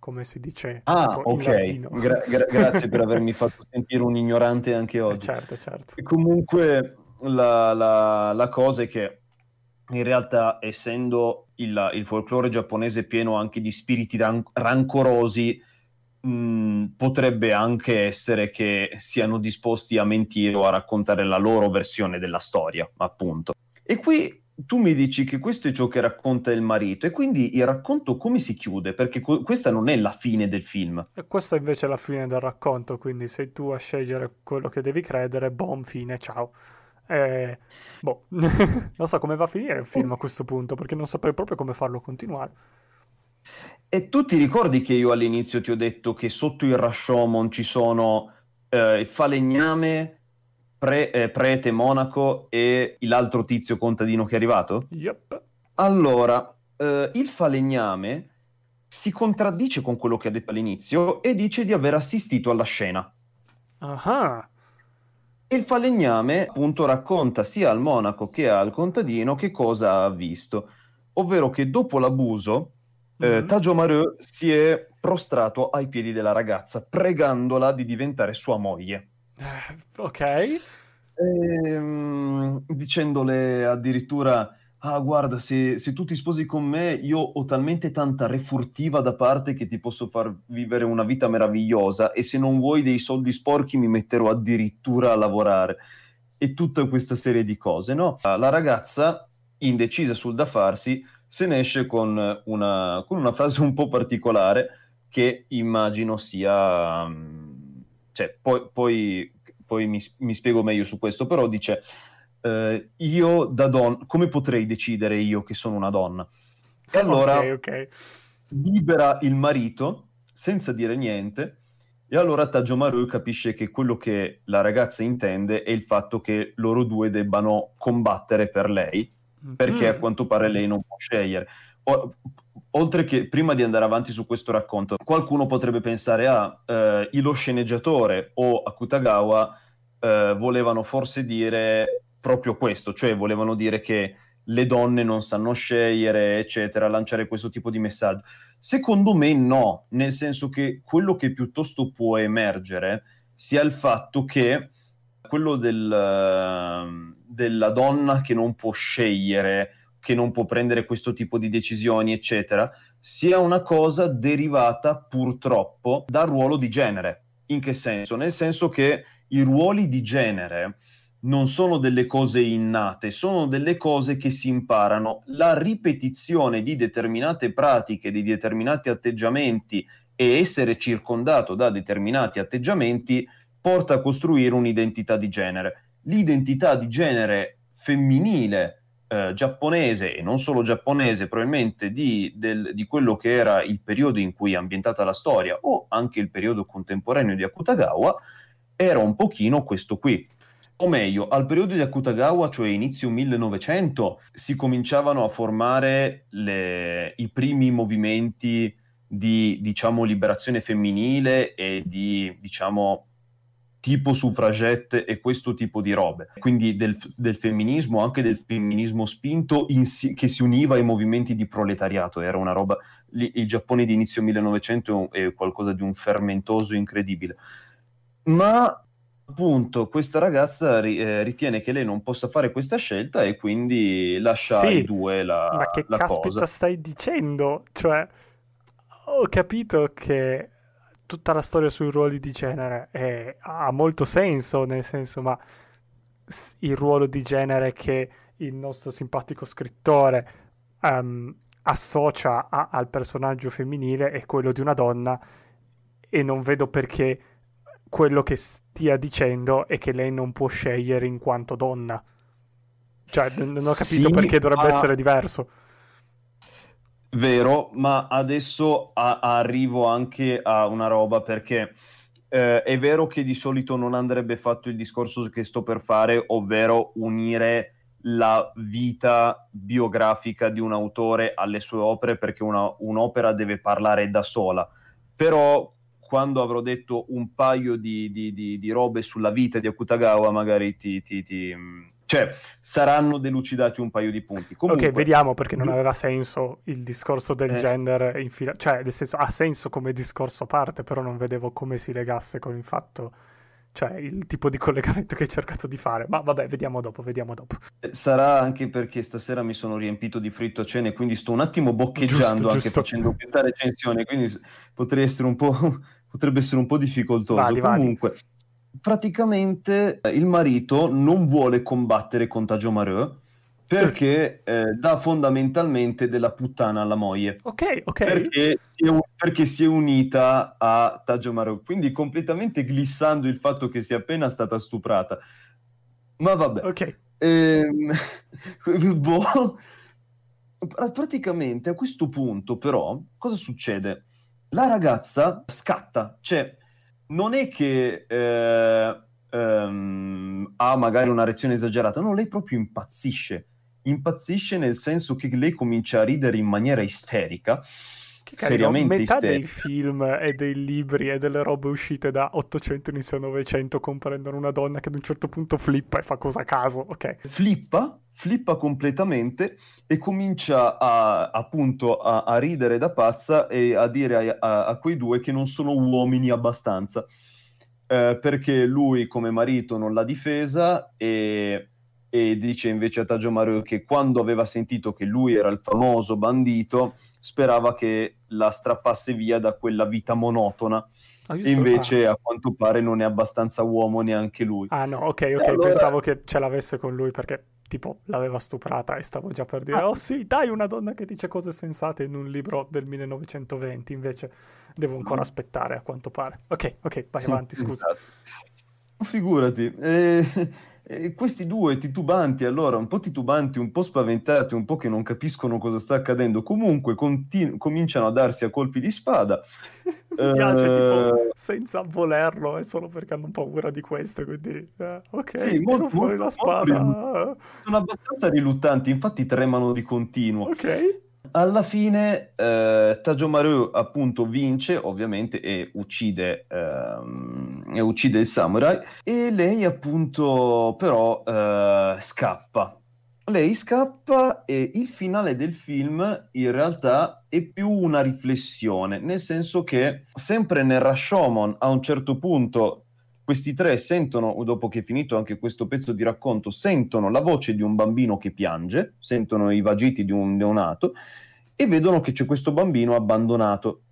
Speaker 2: come si dice
Speaker 1: Ah,
Speaker 2: tipo in
Speaker 1: ok.
Speaker 2: latino.
Speaker 1: Gra- gra- grazie per avermi fatto sentire un ignorante anche
Speaker 2: Eh,
Speaker 1: oggi.
Speaker 2: certo, certo.
Speaker 1: E comunque la, la- la cosa è che in realtà, essendo il, il folklore giapponese pieno anche di spiriti ran- rancorosi, mh, potrebbe anche essere che siano disposti a mentire o a raccontare la loro versione della storia, appunto. E qui tu mi dici che questo è ciò che racconta il marito, e quindi il racconto come si chiude? Perché que- questa non è la fine del film.
Speaker 2: E questa invece è la fine del racconto, quindi sei tu a scegliere quello che devi credere, buon fine, ciao. E, boh, non so come va a finire il film a questo punto, perché non saprei proprio come farlo continuare.
Speaker 1: E tu ti ricordi che io all'inizio ti ho detto che sotto il Rashomon ci sono eh, il falegname, pre- eh, prete, monaco e l'altro tizio contadino che è arrivato?
Speaker 2: Yep.
Speaker 1: Allora, eh, il falegname si contraddice con quello che ha detto all'inizio e dice di aver assistito alla scena.
Speaker 2: Ah,
Speaker 1: E il falegname appunto racconta sia al monaco che al contadino che cosa ha visto, ovvero che dopo l'abuso eh,
Speaker 2: mhm.
Speaker 1: Tajomaru si è prostrato ai piedi della ragazza, pregandola di diventare sua moglie.
Speaker 2: Eh, ok.
Speaker 1: Ehm, dicendole addirittura: ah, guarda, se, se tu ti sposi con me, io ho talmente tanta refurtiva da parte che ti posso far vivere una vita meravigliosa, e se non vuoi dei soldi sporchi mi metterò addirittura a lavorare. E tutta questa serie di cose, no? La ragazza, indecisa sul da farsi, se ne esce con una, con una frase un po' particolare che immagino sia... mm, cioè, poi, poi, poi mi, mi spiego meglio su questo, però dice, eh, io da donna, come potrei decidere io che sono una donna? E
Speaker 2: Ok,
Speaker 1: allora
Speaker 2: ok.
Speaker 1: libera il marito senza dire niente, e allora Tajomaru capisce che quello che la ragazza intende è il fatto che loro due debbano combattere per lei, perché a
Speaker 2: Mhm.
Speaker 1: quanto pare lei non può scegliere. O- oltre che, prima di andare avanti su questo racconto, qualcuno potrebbe pensare: ah, eh, lo sceneggiatore o Akutagawa eh, volevano forse dire proprio questo, cioè volevano dire che le donne non sanno scegliere, eccetera, lanciare questo tipo di messaggio. Secondo me no, nel senso che quello che piuttosto può emergere sia il fatto che quello del, eh, della donna che non può scegliere, che non può prendere questo tipo di decisioni, eccetera, sia una cosa derivata purtroppo dal ruolo di genere. In che senso? Nel senso che i ruoli di genere non sono delle cose innate, sono delle cose che si imparano. La ripetizione di determinate pratiche, di determinati atteggiamenti e essere circondato da determinati atteggiamenti porta a costruire un'identità di genere. L'identità di genere femminile eh, giapponese, e non solo giapponese, probabilmente di, del, di quello che era il periodo in cui è ambientata la storia, o anche il periodo contemporaneo di Akutagawa, era un pochino questo qui. O meglio, al periodo di Akutagawa, cioè inizio millenovecento, si cominciavano a formare le, i primi movimenti di, diciamo, liberazione femminile e di, diciamo, tipo suffragette e questo tipo di robe. Quindi del, del femminismo, anche del femminismo spinto, in si, che si univa ai movimenti di proletariato. Era una roba... Il Giappone di inizio millenovecento è qualcosa di un fermentoso incredibile. Ma appunto questa ragazza ri- eh, ritiene che lei non possa fare questa scelta e quindi lascia ai
Speaker 2: Sì,
Speaker 1: due la,
Speaker 2: ma che
Speaker 1: la cosa.
Speaker 2: caspita stai dicendo? Cioè, ho capito che tutta la storia sui ruoli di genere è- ha molto senso, nel senso, ma s- il ruolo di genere che il nostro simpatico scrittore ehm, associa a- al personaggio femminile è quello di una donna, e non vedo perché quello che stia dicendo è che lei non può scegliere in quanto donna. Cioè, n- non ho capito
Speaker 1: Sì,
Speaker 2: perché dovrebbe essere
Speaker 1: ma
Speaker 2: diverso.
Speaker 1: vero, ma adesso a- arrivo anche a una roba perché eh, è vero che di solito non andrebbe fatto il discorso che sto per fare, ovvero unire la vita biografica di un autore alle sue opere, perché una- un'opera deve parlare da sola. Però quando avrò detto un paio di, di- di- di robe sulla vita di Akutagawa, magari ti, ti- ti, mh, cioè saranno delucidati un paio di punti. Comunque,
Speaker 2: ok, vediamo, perché non aveva senso il discorso del
Speaker 1: eh,
Speaker 2: gender in fila, cioè nel senso ha senso come discorso a parte, però non vedevo come si legasse con il fatto, cioè il tipo di collegamento che hai cercato di fare, ma vabbè, vediamo dopo, vediamo dopo.
Speaker 1: sarà anche perché stasera mi sono riempito di fritto a cena e quindi sto un attimo boccheggiando
Speaker 2: Giusto,
Speaker 1: anche
Speaker 2: giusto.
Speaker 1: facendo questa recensione, quindi s- potrei essere un po', potrebbe essere un po' difficoltoso.
Speaker 2: Vadi, vadi.
Speaker 1: Comunque, praticamente eh, il marito non vuole combattere con Tajomaru perché eh, dà fondamentalmente della puttana alla moglie.
Speaker 2: Ok, ok.
Speaker 1: Perché si, è, un- perché si è unita a Tajomaru, quindi completamente glissando il fatto che sia appena stata stuprata. Ma vabbè.
Speaker 2: Ok.
Speaker 1: Ehm, boh. Pra- Praticamente a questo punto, però, cosa succede? La ragazza scatta, cioè non è che eh, ehm, ha magari una reazione esagerata, no, lei proprio impazzisce. Impazzisce nel senso che lei comincia a ridere in maniera isterica,
Speaker 2: Che carino,
Speaker 1: seriamente
Speaker 2: metà dei
Speaker 1: isterica.
Speaker 2: film e dei libri e delle robe uscite da ottocento inizio novecento comprendono una donna che ad un certo punto flippa e fa cosa a caso, ok.
Speaker 1: Flippa, flippa completamente e comincia a, appunto a, a ridere da pazza e a dire a, a- a quei due che non sono uomini abbastanza. Eh, perché lui come marito non l'ha difesa e, e dice invece a Tajomaru che quando aveva sentito che lui era il famoso bandito sperava che la strappasse via da quella vita monotona
Speaker 2: Ah, io
Speaker 1: e
Speaker 2: so- ah.
Speaker 1: invece a quanto pare non è abbastanza uomo neanche lui.
Speaker 2: Ah, no, ok,
Speaker 1: E
Speaker 2: ok,
Speaker 1: allora
Speaker 2: pensavo che ce l'avesse con lui perché tipo l'aveva stuprata e stavo già per dire,
Speaker 1: ah,
Speaker 2: oh sì, dai, una donna che dice cose sensate in un libro del millenovecentoventi, invece devo ancora aspettare a quanto pare. Ok, ok, vai avanti, scusa.
Speaker 1: esatto. Figurati, e, e questi due titubanti, allora, un po' titubanti, un po' spaventati, un po' che non capiscono cosa sta accadendo, comunque continu- cominciano a darsi a colpi di spada.
Speaker 2: Mi piace, tipo,
Speaker 1: Eh,
Speaker 2: senza volerlo, è solo perché hanno paura di questo, quindi, eh,
Speaker 1: sì,
Speaker 2: ok, tiro
Speaker 1: molto,
Speaker 2: fuori la
Speaker 1: molto, molto riluttanti.
Speaker 2: spada.
Speaker 1: Sono abbastanza riluttanti, infatti tremano di continuo.
Speaker 2: Ok.
Speaker 1: Alla fine eh, Tajomaru appunto vince ovviamente e uccide, ehm, e uccide il samurai e lei appunto però eh, scappa. Lei scappa e il finale del film in realtà è più una riflessione, nel senso che sempre nel Rashomon a un certo punto questi tre sentono, dopo che è finito anche questo pezzo di racconto, sentono la voce di un bambino che piange, sentono i vagiti di un neonato e vedono che c'è questo bambino abbandonato.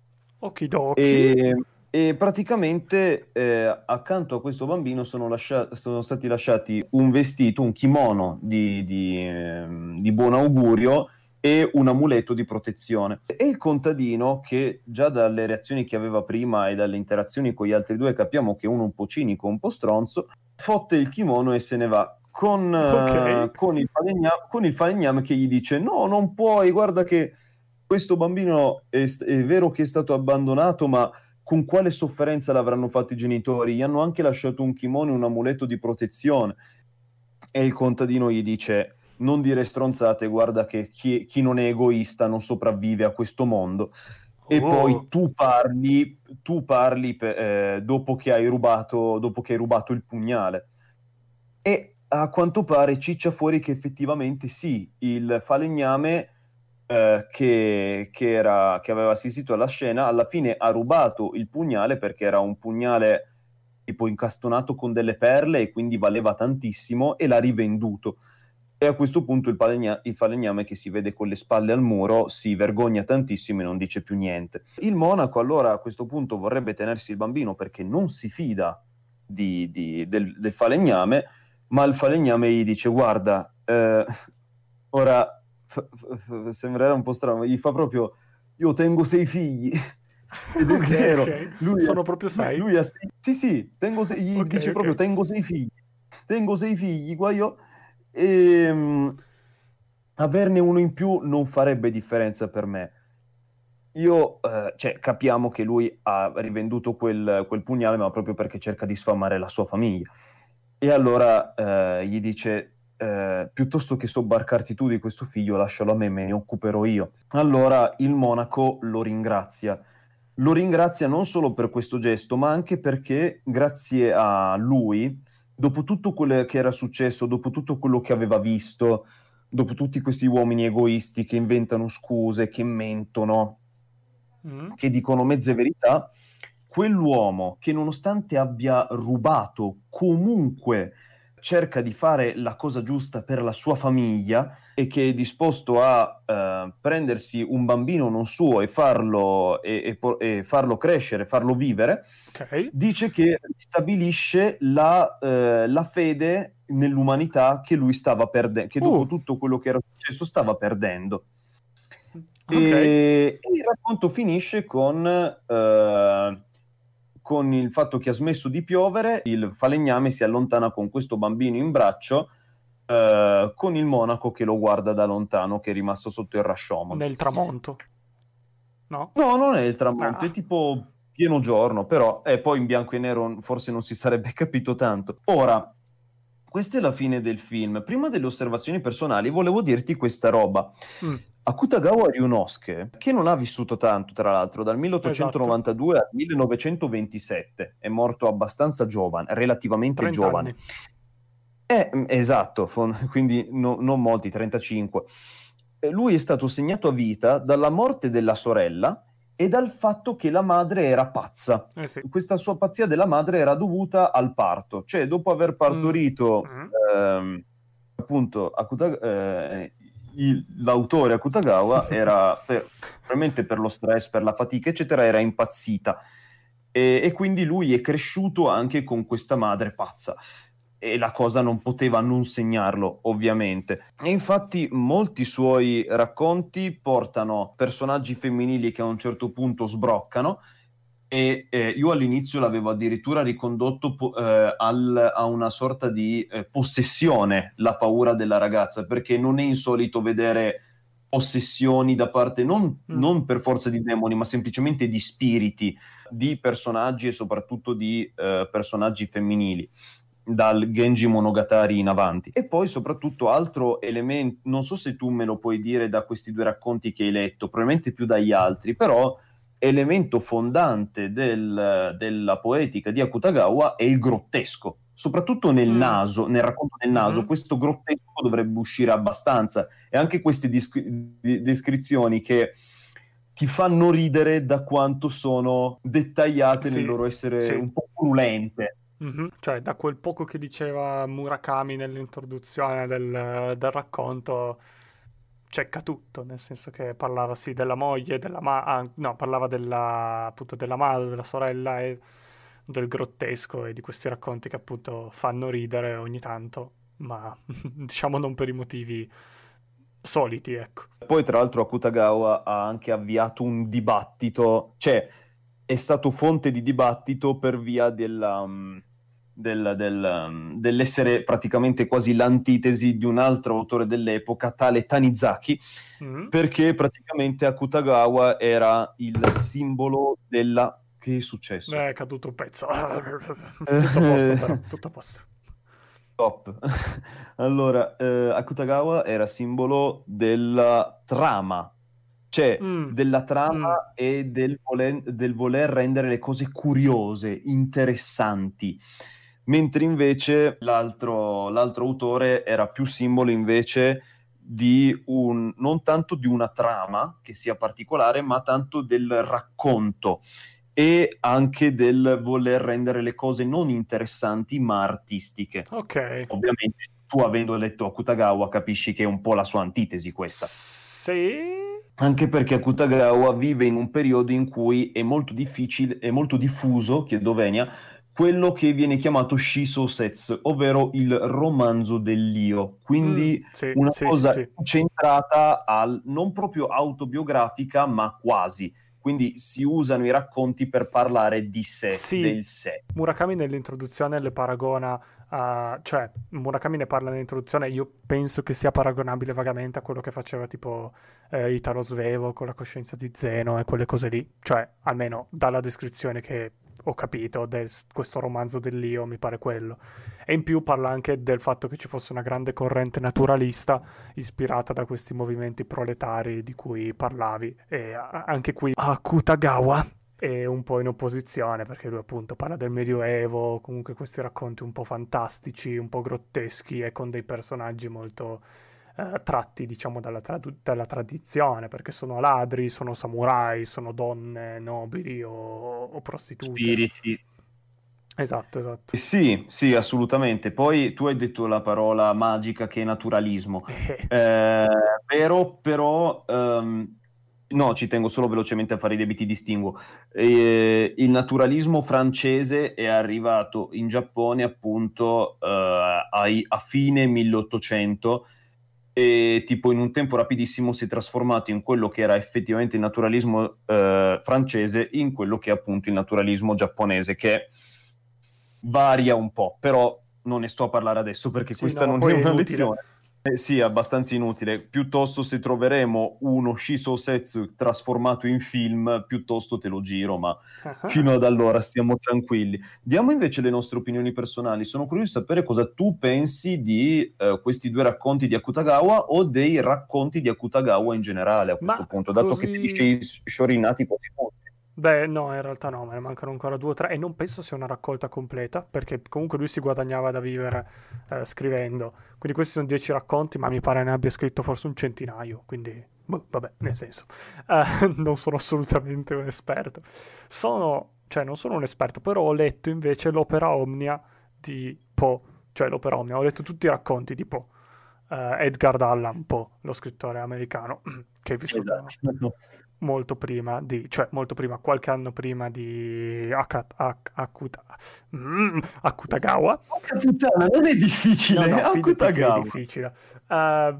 Speaker 2: Okidoki.
Speaker 1: E, e praticamente eh, accanto a questo bambino sono, lascia- sono stati lasciati un vestito, un kimono di, di, ehm, di buon augurio e un amuleto di protezione. E il contadino, che già dalle reazioni che aveva prima e dalle interazioni con gli altri due capiamo che è uno un po' cinico, un po' stronzo, fotte il kimono e se ne va. Con,
Speaker 2: Ok.
Speaker 1: eh, con il falegname, con il falegname che gli dice: No, non puoi, guarda che questo bambino è, è vero che è stato abbandonato, ma con quale sofferenza l'avranno fatto i genitori? Gli hanno anche lasciato un kimono e un amuleto di protezione. E il contadino gli dice: Non dire stronzate, guarda che chi, chi non è egoista non sopravvive a questo mondo. E poi
Speaker 2: Oh.
Speaker 1: tu parli, tu parli pe- eh, dopo che hai rubato, dopo che hai rubato il pugnale. E a quanto pare ciccia fuori che effettivamente sì, il falegname eh, che, che era- che aveva assistito alla scena alla fine ha rubato il pugnale perché era un pugnale tipo incastonato con delle perle e quindi valeva tantissimo e l'ha rivenduto. E a questo punto il, falegna- il falegname che si vede con le spalle al muro si vergogna tantissimo e non dice più niente. Il monaco allora a questo punto vorrebbe tenersi il bambino perché non si fida di- di- del, del falegname, ma il falegname gli dice: Guarda, eh, ora f- f- sembrerà un po' strano, ma gli fa proprio: Io tengo sei figli. Ed è
Speaker 2: Ok,
Speaker 1: vero,
Speaker 2: ok.
Speaker 1: lui ha,
Speaker 2: Sono proprio
Speaker 1: lui,
Speaker 2: sei?
Speaker 1: lui ha sei, sì, sì, tengo sei, gli
Speaker 2: Ok,
Speaker 1: dice
Speaker 2: ok.
Speaker 1: proprio: Tengo sei figli, tengo sei figli, qua io. E, mh, averne uno in più non farebbe differenza per me. Io, eh, cioè, capiamo che lui ha rivenduto quel, quel pugnale, ma proprio perché cerca di sfamare la sua famiglia. E allora eh, gli dice: eh, piuttosto che sobbarcarti tu di questo figlio, lascialo a me, me ne occuperò io. Allora il monaco lo ringrazia. Lo ringrazia non solo per questo gesto, ma anche perché grazie a lui dopo tutto quello che era successo, dopo tutto quello che aveva visto, dopo tutti questi uomini egoisti che inventano scuse, che mentono,
Speaker 2: Mm.
Speaker 1: che dicono mezze verità, quell'uomo che nonostante abbia rubato, comunque cerca di fare la cosa giusta per la sua famiglia e che è disposto a eh, prendersi un bambino non suo e farlo, e, e po- e farlo crescere, farlo vivere,
Speaker 2: Ok.
Speaker 1: dice che stabilisce la, eh, la fede nell'umanità che lui stava perdendo, che dopo
Speaker 2: Uh,
Speaker 1: tutto quello che era successo stava perdendo.
Speaker 2: ok.
Speaker 1: E, e il racconto finisce con, eh, con il fatto che ha smesso di piovere, il falegname si allontana con questo bambino in braccio, eh, con il monaco che lo guarda da lontano, che è rimasto sotto il Rashomon.
Speaker 2: Nel tramonto, no?
Speaker 1: No, non è il tramonto, è
Speaker 2: Ah.
Speaker 1: tipo pieno giorno, però eh, poi in bianco e nero forse non si sarebbe capito tanto. Ora, questa è la fine del film. Prima delle osservazioni personali, volevo dirti questa roba.
Speaker 2: Mm,
Speaker 1: Akutagawa Ryunosuke, che non ha vissuto tanto, tra l'altro, dal
Speaker 2: esatto.
Speaker 1: milleottocentonovantadue al millenovecentoventisette, è morto abbastanza giovane, relativamente
Speaker 2: trenta
Speaker 1: giovane.
Speaker 2: anni.
Speaker 1: Eh, mm, esatto, fon- quindi no- non molti, trentacinque. Eh, Lui è stato segnato a vita dalla morte della sorella e dal fatto che la madre era pazza.
Speaker 2: Eh sì.
Speaker 1: Questa sua pazzia della madre era dovuta al parto, cioè dopo aver
Speaker 2: Mm,
Speaker 1: partorito
Speaker 2: mm.
Speaker 1: ehm, appunto Akuta- eh, il- l'autore Akutagawa era per- probabilmente per lo stress, per la fatica, eccetera, era impazzita e, e quindi lui è cresciuto anche con questa madre pazza. E la cosa non poteva non segnarlo, ovviamente. E infatti molti suoi racconti portano personaggi femminili che a un certo punto sbroccano e eh, io all'inizio l'avevo addirittura ricondotto po- eh, al- a una sorta di eh, possessione, la paura della ragazza, perché non è insolito vedere possessioni da parte non,
Speaker 2: Mm.
Speaker 1: non per forza di demoni, ma semplicemente di spiriti, di personaggi e soprattutto di eh, personaggi femminili dal Genji Monogatari in avanti. E poi soprattutto altro elemento, non so se tu me lo puoi dire da questi due racconti che hai letto, probabilmente più dagli altri, però elemento fondante del- della poetica di Akutagawa è il grottesco, soprattutto nel
Speaker 2: Mm.
Speaker 1: naso, nel racconto del naso,
Speaker 2: Mhm.
Speaker 1: questo grottesco dovrebbe uscire abbastanza e anche queste disc- di- descrizioni che ti fanno ridere da quanto sono dettagliate nel
Speaker 2: Sì,
Speaker 1: loro essere
Speaker 2: sì.
Speaker 1: un po' purulente.
Speaker 2: Mhm. Cioè, da quel poco che diceva Murakami nell'introduzione del, del racconto, cecca tutto, nel senso che parlava sì della moglie, della ma- ah, no, parlava della, appunto della madre, della sorella e del grottesco e di questi racconti che appunto fanno ridere ogni tanto, ma diciamo non per i motivi soliti, ecco.
Speaker 1: Poi, tra l'altro, Akutagawa ha anche avviato un dibattito, cioè è stato fonte di dibattito per via della, um, del- del, um, dell'essere praticamente quasi l'antitesi di un altro autore dell'epoca, tale Tanizaki,
Speaker 2: Mm.
Speaker 1: perché praticamente Akutagawa era il simbolo della... Che è successo?
Speaker 2: È caduto un pezzo. Tutto a posto però, tutto a posto.
Speaker 1: Top. Allora, eh, Akutagawa era simbolo della trama, cioè
Speaker 2: Mm,
Speaker 1: della
Speaker 2: mm.
Speaker 1: trama e del voler, del voler rendere le cose curiose, interessanti, mentre invece l'altro, l'altro autore era più simbolo invece di un, non tanto di una trama che sia particolare, ma tanto del racconto e anche del voler rendere le cose non interessanti ma artistiche.
Speaker 2: Ok.
Speaker 1: Ovviamente tu avendo letto Akutagawa capisci che è un po' la sua antitesi questa.
Speaker 2: Sì.
Speaker 1: Anche perché Akutagawa vive in un periodo in cui è molto difficile, è molto diffuso, chiedo venia, quello che viene chiamato Shisosetsu, ovvero il romanzo dell'io.
Speaker 2: Mm,
Speaker 1: Quindi
Speaker 2: sì,
Speaker 1: una
Speaker 2: sì, sì,
Speaker 1: cosa
Speaker 2: sì.
Speaker 1: centrata al non proprio autobiografica, ma quasi. Quindi si usano i racconti per parlare di sé,
Speaker 2: Sì,
Speaker 1: del sé.
Speaker 2: Murakami nell'introduzione le paragona a... cioè, Murakami ne parla nell'introduzione, io penso che sia paragonabile vagamente a quello che faceva tipo eh, Italo Svevo con la coscienza di Zeno e quelle cose lì, cioè, almeno dalla descrizione che ho capito di questo romanzo dell'io, mi pare quello. E in più parla anche del fatto che ci fosse una grande corrente naturalista ispirata da questi movimenti proletari di cui parlavi. E a- anche qui Akutagawa è un po' in opposizione, perché lui appunto parla del Medioevo, comunque questi racconti un po' fantastici, un po' grotteschi e con dei personaggi molto eh, tratti, diciamo, dalla, tradu- dalla tradizione, perché sono ladri, sono samurai, sono donne nobili o, o prostitute.
Speaker 1: Spiriti.
Speaker 2: Esatto, esatto.
Speaker 1: Eh Sì, sì, assolutamente. Poi tu hai detto la parola magica che è naturalismo.
Speaker 2: Eh,
Speaker 1: Eh, vero, però, ehm, no, ci tengo solo velocemente a fare i debiti distinguo. Eh, il naturalismo francese è arrivato in Giappone appunto eh, ai- a fine milleottocento e tipo in un tempo rapidissimo si è trasformato in quello che era effettivamente il naturalismo eh, francese in quello che è appunto il naturalismo giapponese, che varia un po', però non ne sto a parlare adesso perché
Speaker 2: sì,
Speaker 1: questa
Speaker 2: no, ma
Speaker 1: non è
Speaker 2: poi è
Speaker 1: una
Speaker 2: inutile.
Speaker 1: lezione. Eh, sì, è abbastanza inutile. Piuttosto se troveremo uno Shiso Setsu trasformato in film, piuttosto te lo giro, ma fino ad allora stiamo tranquilli. Diamo invece le nostre opinioni personali. Sono curioso di sapere cosa tu pensi di eh, questi due racconti di Akutagawa o dei racconti di Akutagawa in generale a questo
Speaker 2: Ma
Speaker 1: punto, dato che ti dici
Speaker 2: così...
Speaker 1: i sciorinati quasi molti.
Speaker 2: Beh, no, in realtà no, me ne mancano ancora due o tre e non penso sia una raccolta completa, perché comunque lui si guadagnava da vivere eh, scrivendo. Quindi questi sono dieci racconti, ma mi pare ne abbia scritto forse un centinaio, quindi boh, vabbè, nel senso, eh, non sono assolutamente un esperto. Sono, cioè non sono un esperto, però ho letto invece l'opera Omnia di Poe, cioè l'opera Omnia, ho letto tutti i racconti di Poe. eh, Edgar Allan Poe, lo scrittore americano, che è vissuto
Speaker 1: Esatto.
Speaker 2: molto prima di, cioè molto prima, qualche anno prima di Aka- Ak- Akuta, mm, Akutagawa.
Speaker 1: Porca puttana, non è
Speaker 2: No,
Speaker 1: difficile,
Speaker 2: no, fidati che è
Speaker 1: Akutagawa.
Speaker 2: difficile. Eh,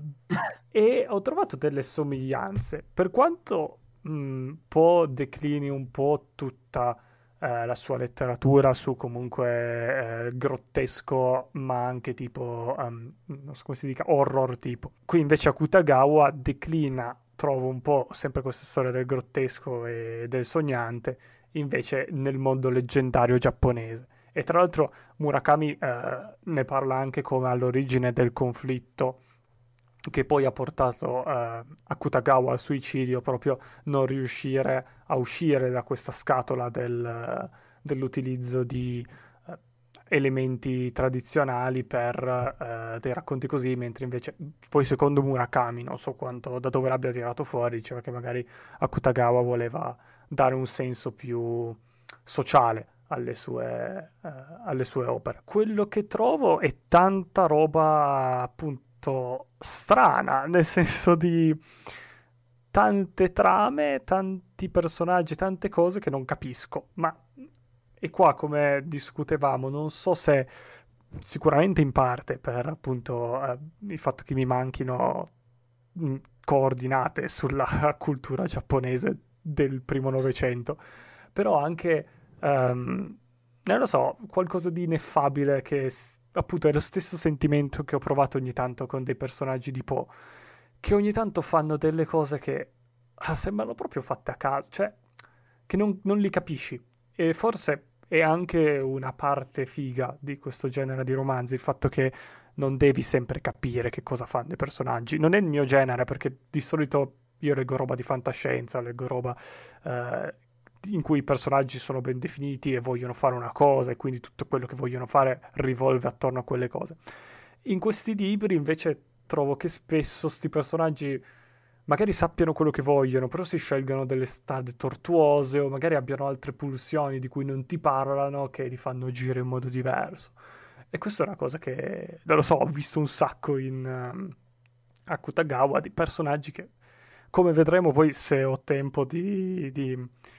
Speaker 2: e ho trovato delle somiglianze. Per quanto mh, Poe declini un po' tutta eh, la sua letteratura su comunque eh, grottesco, ma anche tipo, ehm, non so come si dica, horror tipo. Qui invece Akutagawa declina, trovo un po' sempre questa storia del grottesco e del sognante, invece nel mondo leggendario giapponese. E tra l'altro Murakami eh, ne parla anche come all'origine del conflitto che poi ha portato eh, Akutagawa al suicidio, proprio non riuscire a uscire da questa scatola del, dell'utilizzo di eh, elementi tradizionali per eh, dei racconti così, mentre invece poi secondo Murakami, non so quanto, da dove l'abbia tirato fuori, diceva che magari Akutagawa voleva dare un senso più sociale alle sue, eh, alle sue opere. Quello che trovo è tanta roba appunto strana, nel senso di tante trame, tanti personaggi, tante cose che non capisco, ma e qua come discutevamo, non so se sicuramente in parte per appunto eh, il fatto che mi manchino mh, coordinate sulla cultura giapponese del primo Novecento, però anche ehm, non lo so, qualcosa di ineffabile che s- appunto è lo stesso sentimento che ho provato ogni tanto con dei personaggi di Poe, che ogni tanto fanno delle cose che ah, sembrano proprio fatte a caso, cioè che non, non li capisci. E forse è anche una parte figa di questo genere di romanzi, il fatto che non devi sempre capire che cosa fanno i personaggi. Non è il mio genere, perché di solito io leggo roba di fantascienza, leggo roba eh, in cui i personaggi sono ben definiti e vogliono fare una cosa e quindi tutto quello che vogliono fare rivolve attorno a quelle cose. In questi libri invece trovo che spesso sti personaggi magari sappiano quello che vogliono, però si scelgono delle strade tortuose o magari abbiano altre pulsioni di cui non ti parlano che li fanno agire in modo diverso. E questa è una cosa che, non lo so, ho visto un sacco in um, Akutagawa di personaggi che, come vedremo poi se ho tempo di, di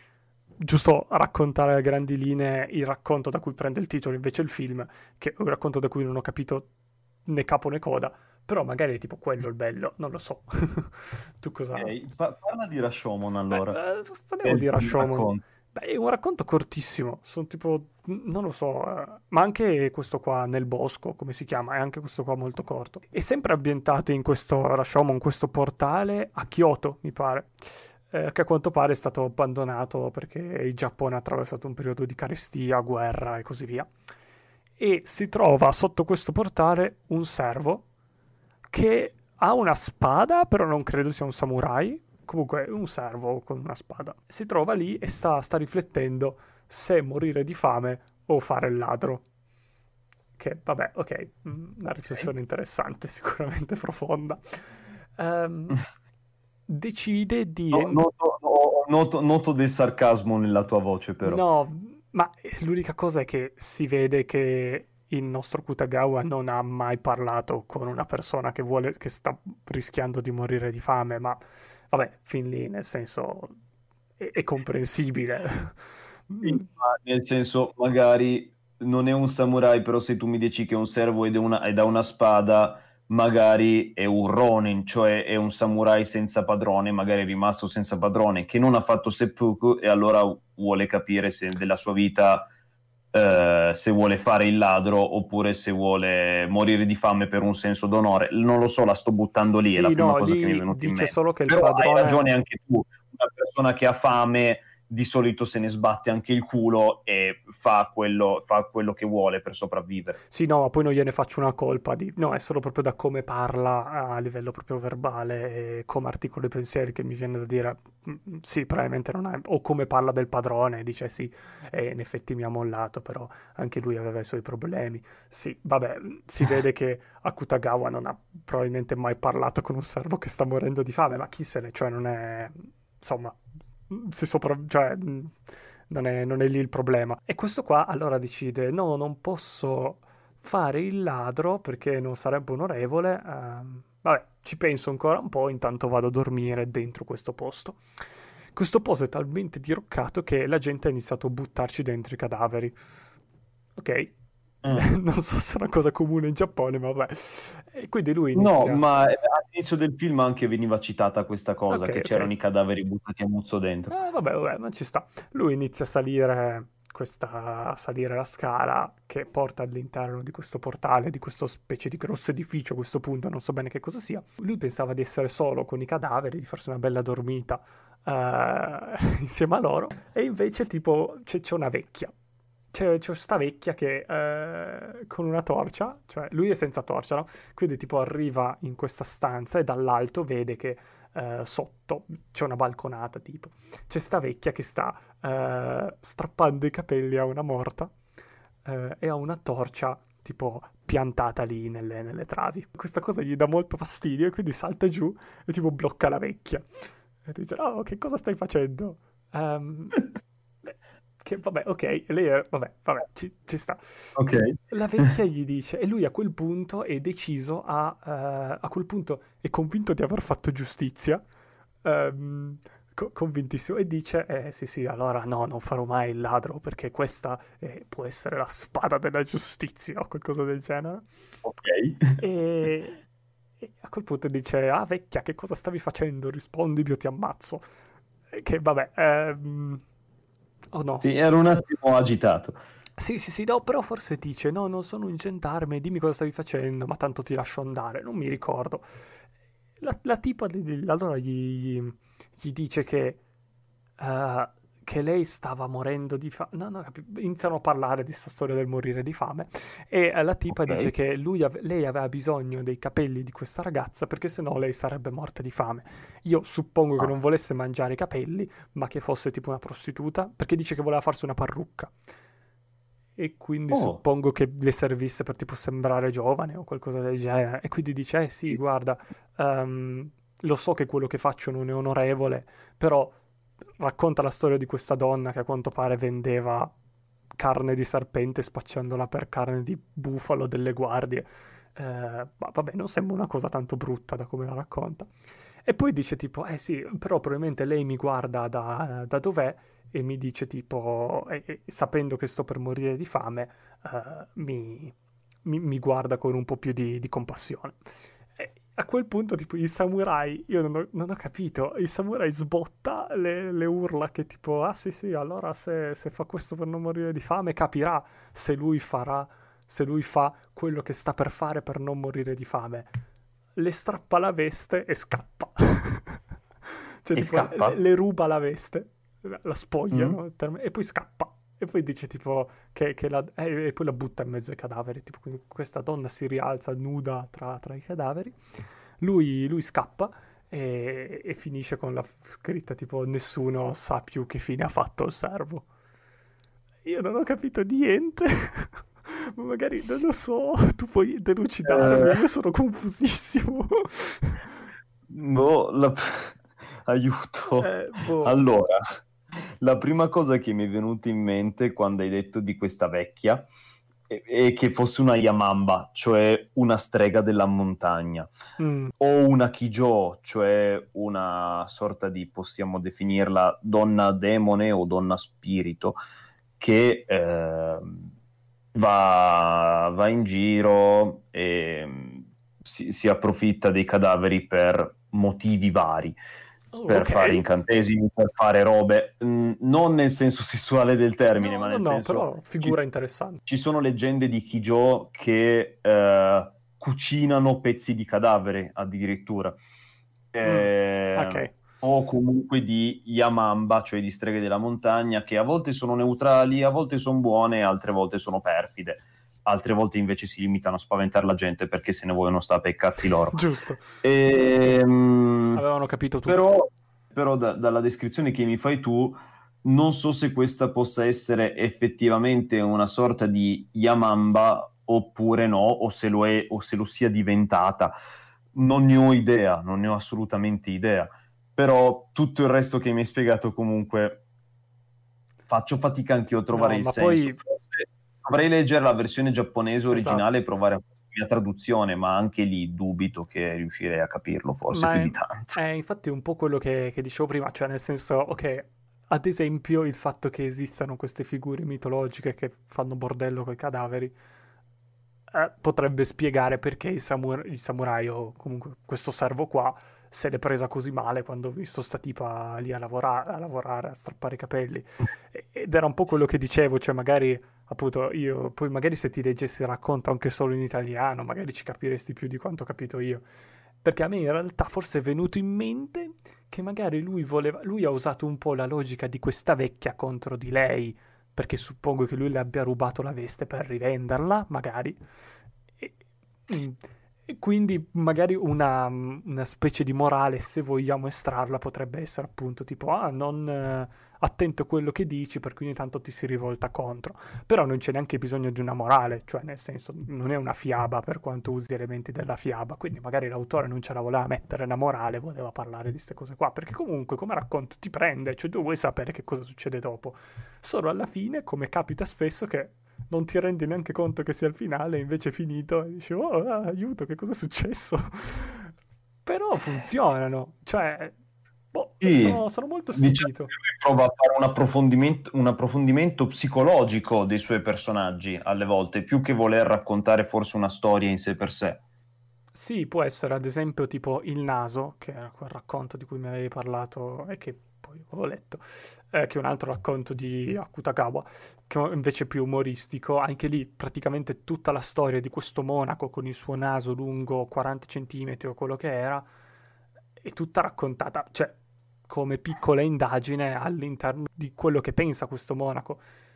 Speaker 2: giusto raccontare a grandi linee il racconto da cui prende il titolo, invece il film, che è un racconto da cui non ho capito né capo né coda, però magari è tipo quello il bello, non lo so. Tu cosa...
Speaker 1: Ok, pa- parla di Rashomon
Speaker 2: Beh,
Speaker 1: allora.
Speaker 2: eh,
Speaker 1: Che è
Speaker 2: parliamo
Speaker 1: il
Speaker 2: di
Speaker 1: primo
Speaker 2: Rashomon.
Speaker 1: racconto.
Speaker 2: Beh, è un racconto cortissimo, sono tipo, n- non lo so, eh, ma anche questo qua nel bosco, come si chiama, è anche questo qua molto corto. È sempre ambientato in questo Rashomon, questo portale a Kyoto, mi pare, eh, che a quanto pare è stato abbandonato perché il Giappone ha attraversato un periodo di carestia, guerra e così via. E si trova sotto questo portale un servo che ha una spada, però non credo sia un samurai, comunque un servo con una spada. Si trova lì e sta, sta riflettendo se morire di fame o fare il ladro. Che, vabbè, ok, una riflessione
Speaker 1: Okay.
Speaker 2: interessante, sicuramente profonda. Ehm, decide di...
Speaker 1: No,
Speaker 2: en-
Speaker 1: noto, no- noto- noto del sarcasmo nella tua voce, però.
Speaker 2: No, ma l'unica cosa è che si vede che il nostro Kutagawa non ha mai parlato con una persona che vuole, che sta rischiando di morire di fame, ma vabbè, fin lì, nel senso, è, è comprensibile.
Speaker 1: Sì, ma nel senso, magari non è un samurai, però se tu mi dici che è un servo ed è una, ed ha una spada, magari è un ronin, cioè è un samurai senza padrone, magari è rimasto senza padrone, che non ha fatto seppuku e allora vuole capire se della sua vita, eh, se vuole fare il ladro oppure se vuole morire di fame per un senso d'onore. Non lo so, la sto buttando lì, è la
Speaker 2: Sì,
Speaker 1: prima
Speaker 2: no,
Speaker 1: cosa che mi è
Speaker 2: lì
Speaker 1: venuta in
Speaker 2: dice
Speaker 1: mente.
Speaker 2: solo che il
Speaker 1: Però hai
Speaker 2: padrone...
Speaker 1: ragione anche tu, una persona che ha fame di solito se ne sbatte anche il culo e fa quello, fa quello che vuole per sopravvivere.
Speaker 2: Sì, no, ma poi non gliene faccio una colpa di... No, è solo proprio da come parla a livello proprio verbale e come articola i pensieri che mi viene da dire "Mm, mm, sì, probabilmente non è... O come parla del padrone, dice sì, e in effetti mi ha mollato, però anche lui aveva i suoi problemi. Sì, vabbè, si vede che Akutagawa non ha probabilmente mai parlato con un servo che sta morendo di fame, ma chi se ne... Cioè, non è... Insomma, si sopra... Cioè... Non è, non è lì il problema. E questo qua allora decide: no, non posso fare il ladro perché non sarebbe onorevole. Ehm, vabbè, ci penso ancora un po', intanto vado a dormire dentro questo posto. Questo posto è talmente diroccato che la gente ha iniziato a buttarci dentro i cadaveri. Ok,
Speaker 1: Mm.
Speaker 2: non so se è una cosa comune in Giappone, ma vabbè. E quindi lui
Speaker 1: No,
Speaker 2: inizia.
Speaker 1: ma all'inizio del film anche veniva citata questa cosa,
Speaker 2: Ok,
Speaker 1: che
Speaker 2: ok.
Speaker 1: c'erano i cadaveri buttati a muzzo dentro.
Speaker 2: Eh, vabbè, vabbè, ma ci sta. Lui inizia a salire, questa, a salire la scala che porta all'interno di questo portale, di questo specie di grosso edificio a questo punto, non so bene che cosa sia. Lui pensava di essere solo con i cadaveri, di farsi una bella dormita eh, insieme a loro, e invece tipo c'è, c'è una vecchia. C'è, c'è sta vecchia che eh, con una torcia, cioè lui è senza torcia, no? Quindi tipo arriva in questa stanza e dall'alto vede che eh, sotto c'è una balconata tipo. C'è sta vecchia che sta eh, strappando i capelli a una morta eh, e ha una torcia tipo piantata lì nelle, nelle travi. Questa cosa gli dà molto fastidio e quindi salta giù e tipo blocca la vecchia. E dice: oh, che cosa stai facendo? Ehm, che vabbè, ok, e lei è, vabbè, vabbè, ci, ci sta.
Speaker 1: Ok.
Speaker 2: La vecchia gli dice, e lui a quel punto è deciso a, eh, a quel punto è convinto di aver fatto giustizia, ehm, co- convintissimo, e dice, eh sì sì, allora no, non farò mai il ladro, perché questa eh, può essere la spada della giustizia o qualcosa del genere.
Speaker 1: Ok.
Speaker 2: E, e a quel punto dice, ah vecchia, che cosa stavi facendo? Rispondimi o ti ammazzo. E che vabbè, ehm, oh no.
Speaker 1: Sì, ero un attimo agitato.
Speaker 2: Sì, sì, sì, no, però forse dice, no, non sono un gendarme, dimmi cosa stavi facendo, ma tanto ti lascio andare, non mi ricordo. La, la tipa, di- di- allora gli, gli- gli dice che, eh, che lei stava morendo di fame, no, no, capi- iniziano a parlare di questa storia del morire di fame, e eh, la tipa dice
Speaker 1: Ok.
Speaker 2: che lui ave- lei aveva bisogno dei capelli di questa ragazza perché sennò lei sarebbe morta di fame. Io suppongo che
Speaker 1: Ah.
Speaker 2: non volesse mangiare i capelli, ma che fosse tipo una prostituta, perché dice che voleva farsi una parrucca e quindi
Speaker 1: Oh.
Speaker 2: suppongo che le servisse per tipo sembrare giovane o qualcosa del genere. E quindi dice, eh sì, guarda, ehm, lo so che quello che faccio non è onorevole, però racconta la storia di questa donna che a quanto pare vendeva carne di serpente spacciandola per carne di bufalo delle guardie. Eh, ma vabbè, non sembra una cosa tanto brutta da come la racconta. E poi dice tipo, eh sì, però probabilmente lei mi guarda da, da dov'è e mi dice tipo, e- e sapendo che sto per morire di fame, eh, mi, mi- mi guarda con un po' più di, di compassione. E a quel punto tipo il samurai, io non ho, non ho capito, il samurai sbotta le, le urla che tipo, ah sì sì, allora se, se fa questo per non morire di fame capirà se lui farà, se lui fa quello che sta per fare per non morire di fame. Le strappa la veste e scappa. Cioè,
Speaker 1: E
Speaker 2: tipo, le,
Speaker 1: scappa?
Speaker 2: le ruba la veste, la spoglia,
Speaker 1: Mm?
Speaker 2: no? Il termine, e poi scappa. E poi dice tipo che, che la, eh, e poi la butta in mezzo ai cadaveri. Tipo, quindi questa donna si rialza nuda tra, tra i cadaveri. Lui, lui scappa e, e finisce con la scritta tipo nessuno sa più che fine ha fatto il servo. Io non ho capito niente. Magari non lo so, tu puoi delucidarmi,
Speaker 1: Eh,
Speaker 2: io sono confusissimo.
Speaker 1: boh, la- aiuto.
Speaker 2: Eh, boh.
Speaker 1: Allora, la prima cosa che mi è venuta in mente quando hai detto di questa vecchia è, è che fosse una Yamamba, cioè una strega della montagna,
Speaker 2: Mm,
Speaker 1: o una Kijo, cioè una sorta di, possiamo definirla, donna demone o donna spirito, che eh, va, va in giro e mm, si, si approfitta dei cadaveri per motivi vari,
Speaker 2: oh,
Speaker 1: per fare
Speaker 2: ok.
Speaker 1: incantesimi, per fare robe, mm, non nel senso sessuale del termine,
Speaker 2: No,
Speaker 1: ma
Speaker 2: no,
Speaker 1: nel
Speaker 2: no,
Speaker 1: senso
Speaker 2: però
Speaker 1: ci,
Speaker 2: figura interessante.
Speaker 1: ci sono leggende di Kijo che eh, cucinano pezzi di cadavere addirittura.
Speaker 2: Mm,
Speaker 1: Eh,
Speaker 2: ok.
Speaker 1: o comunque di Yamamba, cioè di streghe della montagna, che a volte sono neutrali, a volte sono buone, altre volte sono perfide, altre volte invece si limitano a spaventare la gente perché se ne vogliono stare per i cazzi loro.
Speaker 2: Giusto.
Speaker 1: Ehm,
Speaker 2: Avevano capito tutto.
Speaker 1: però però da- dalla descrizione che mi fai tu, non so se questa possa essere effettivamente una sorta di Yamamba oppure no, o se lo è, o se lo sia diventata. Non ne ho idea, non ne ho assolutamente idea. Però tutto il resto che mi hai spiegato comunque faccio fatica anche io a trovare
Speaker 2: No,
Speaker 1: il
Speaker 2: ma
Speaker 1: senso.
Speaker 2: poi...
Speaker 1: Forse dovrei leggere la versione giapponese originale
Speaker 2: Esatto.
Speaker 1: e provare a fare la traduzione, ma anche lì dubito che riuscirei a capirlo forse
Speaker 2: Ma
Speaker 1: più
Speaker 2: è,
Speaker 1: di tanto.
Speaker 2: è infatti un po' quello che, che dicevo prima, cioè nel senso, ok, ad esempio il fatto che esistano queste figure mitologiche che fanno bordello con i cadaveri eh, potrebbe spiegare perché il, samur- il samurai o comunque questo servo qua se l'è presa così male quando ho visto sta tipa lì a, lavora- a lavorare, a strappare i capelli. E- Ed era un po' quello che dicevo, cioè magari appunto io, poi magari se ti leggessi il racconto anche solo in italiano, magari ci capiresti più di quanto ho capito io. Perché a me in realtà forse è venuto in mente che magari lui voleva, lui ha usato un po' la logica di questa vecchia contro di lei, perché suppongo che lui le abbia rubato la veste per rivenderla, magari. E, mm, e quindi magari una, una specie di morale, se vogliamo estrarla, potrebbe essere appunto tipo, ah, non eh, attento a quello che dici, perché ogni tanto ti si rivolta contro. Però non c'è neanche bisogno di una morale, cioè nel senso non è una fiaba per quanto usi elementi della fiaba, quindi magari l'autore non ce la voleva mettere la morale, voleva parlare di queste cose qua, perché comunque come racconto ti prende, cioè tu vuoi sapere che cosa succede dopo. Solo alla fine, come capita spesso, che non ti rendi neanche conto che sia il finale, invece è finito e dici, oh, ah, aiuto, che cosa è successo? Però funzionano, cioè, boh,
Speaker 1: Sì,
Speaker 2: sono, sono molto
Speaker 1: diciamo che
Speaker 2: stupito.
Speaker 1: lui prova a fare un approfondimento, un approfondimento psicologico dei suoi personaggi alle volte, più che voler raccontare forse una storia in sé per sé.
Speaker 2: Sì, può essere ad esempio tipo Il naso, che era quel racconto di cui mi avevi parlato e che poi avevo letto, eh, che è un altro racconto di Akutagawa, che invece è più umoristico. Anche lì praticamente tutta la storia di questo monaco con il suo naso lungo quaranta centimetri o quello che era, è tutta raccontata, cioè come piccola indagine all'interno di quello che pensa questo monaco.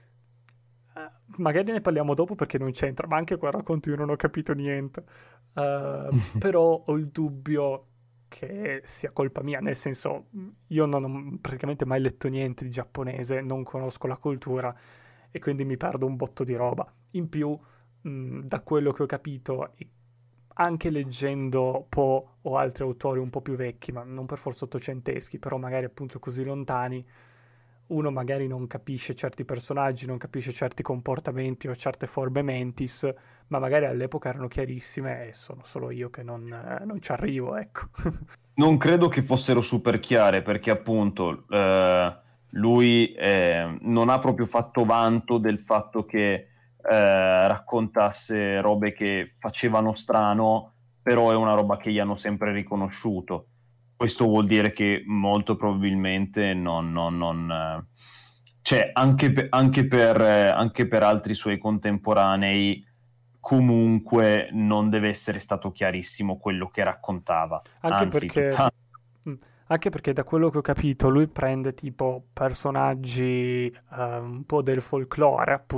Speaker 2: Eh, magari ne parliamo dopo perché non c'entra, ma anche quel racconto io non ho capito niente. Eh, però ho il dubbio che sia colpa mia, nel senso, mh, io non ho praticamente mai letto niente di giapponese, non conosco la cultura e quindi mi perdo un botto di roba. In più, mh, da quello che ho capito, e anche leggendo Po o altri autori un po' più vecchi, ma non per forza ottocenteschi, però magari appunto così lontani, uno magari non capisce certi personaggi, non capisce certi comportamenti o certe forme mentis, ma magari all'epoca erano chiarissime e sono solo io che non, eh, non ci arrivo, ecco.
Speaker 1: Non credo che fossero super chiare perché appunto eh, lui eh, non ha proprio fatto vanto del fatto che eh, raccontasse robe che facevano strano, però è una roba che gli hanno sempre riconosciuto. Questo vuol dire che molto probabilmente non, non- non, eh, cioè anche, pe- anche per, eh, anche per altri suoi contemporanei comunque non deve essere stato chiarissimo quello che raccontava,
Speaker 2: Anche
Speaker 1: anzi,
Speaker 2: perché,
Speaker 1: tutta...
Speaker 2: mm, anche perché da quello che ho capito lui prende tipo personaggi eh, un po' del folklore, appunto,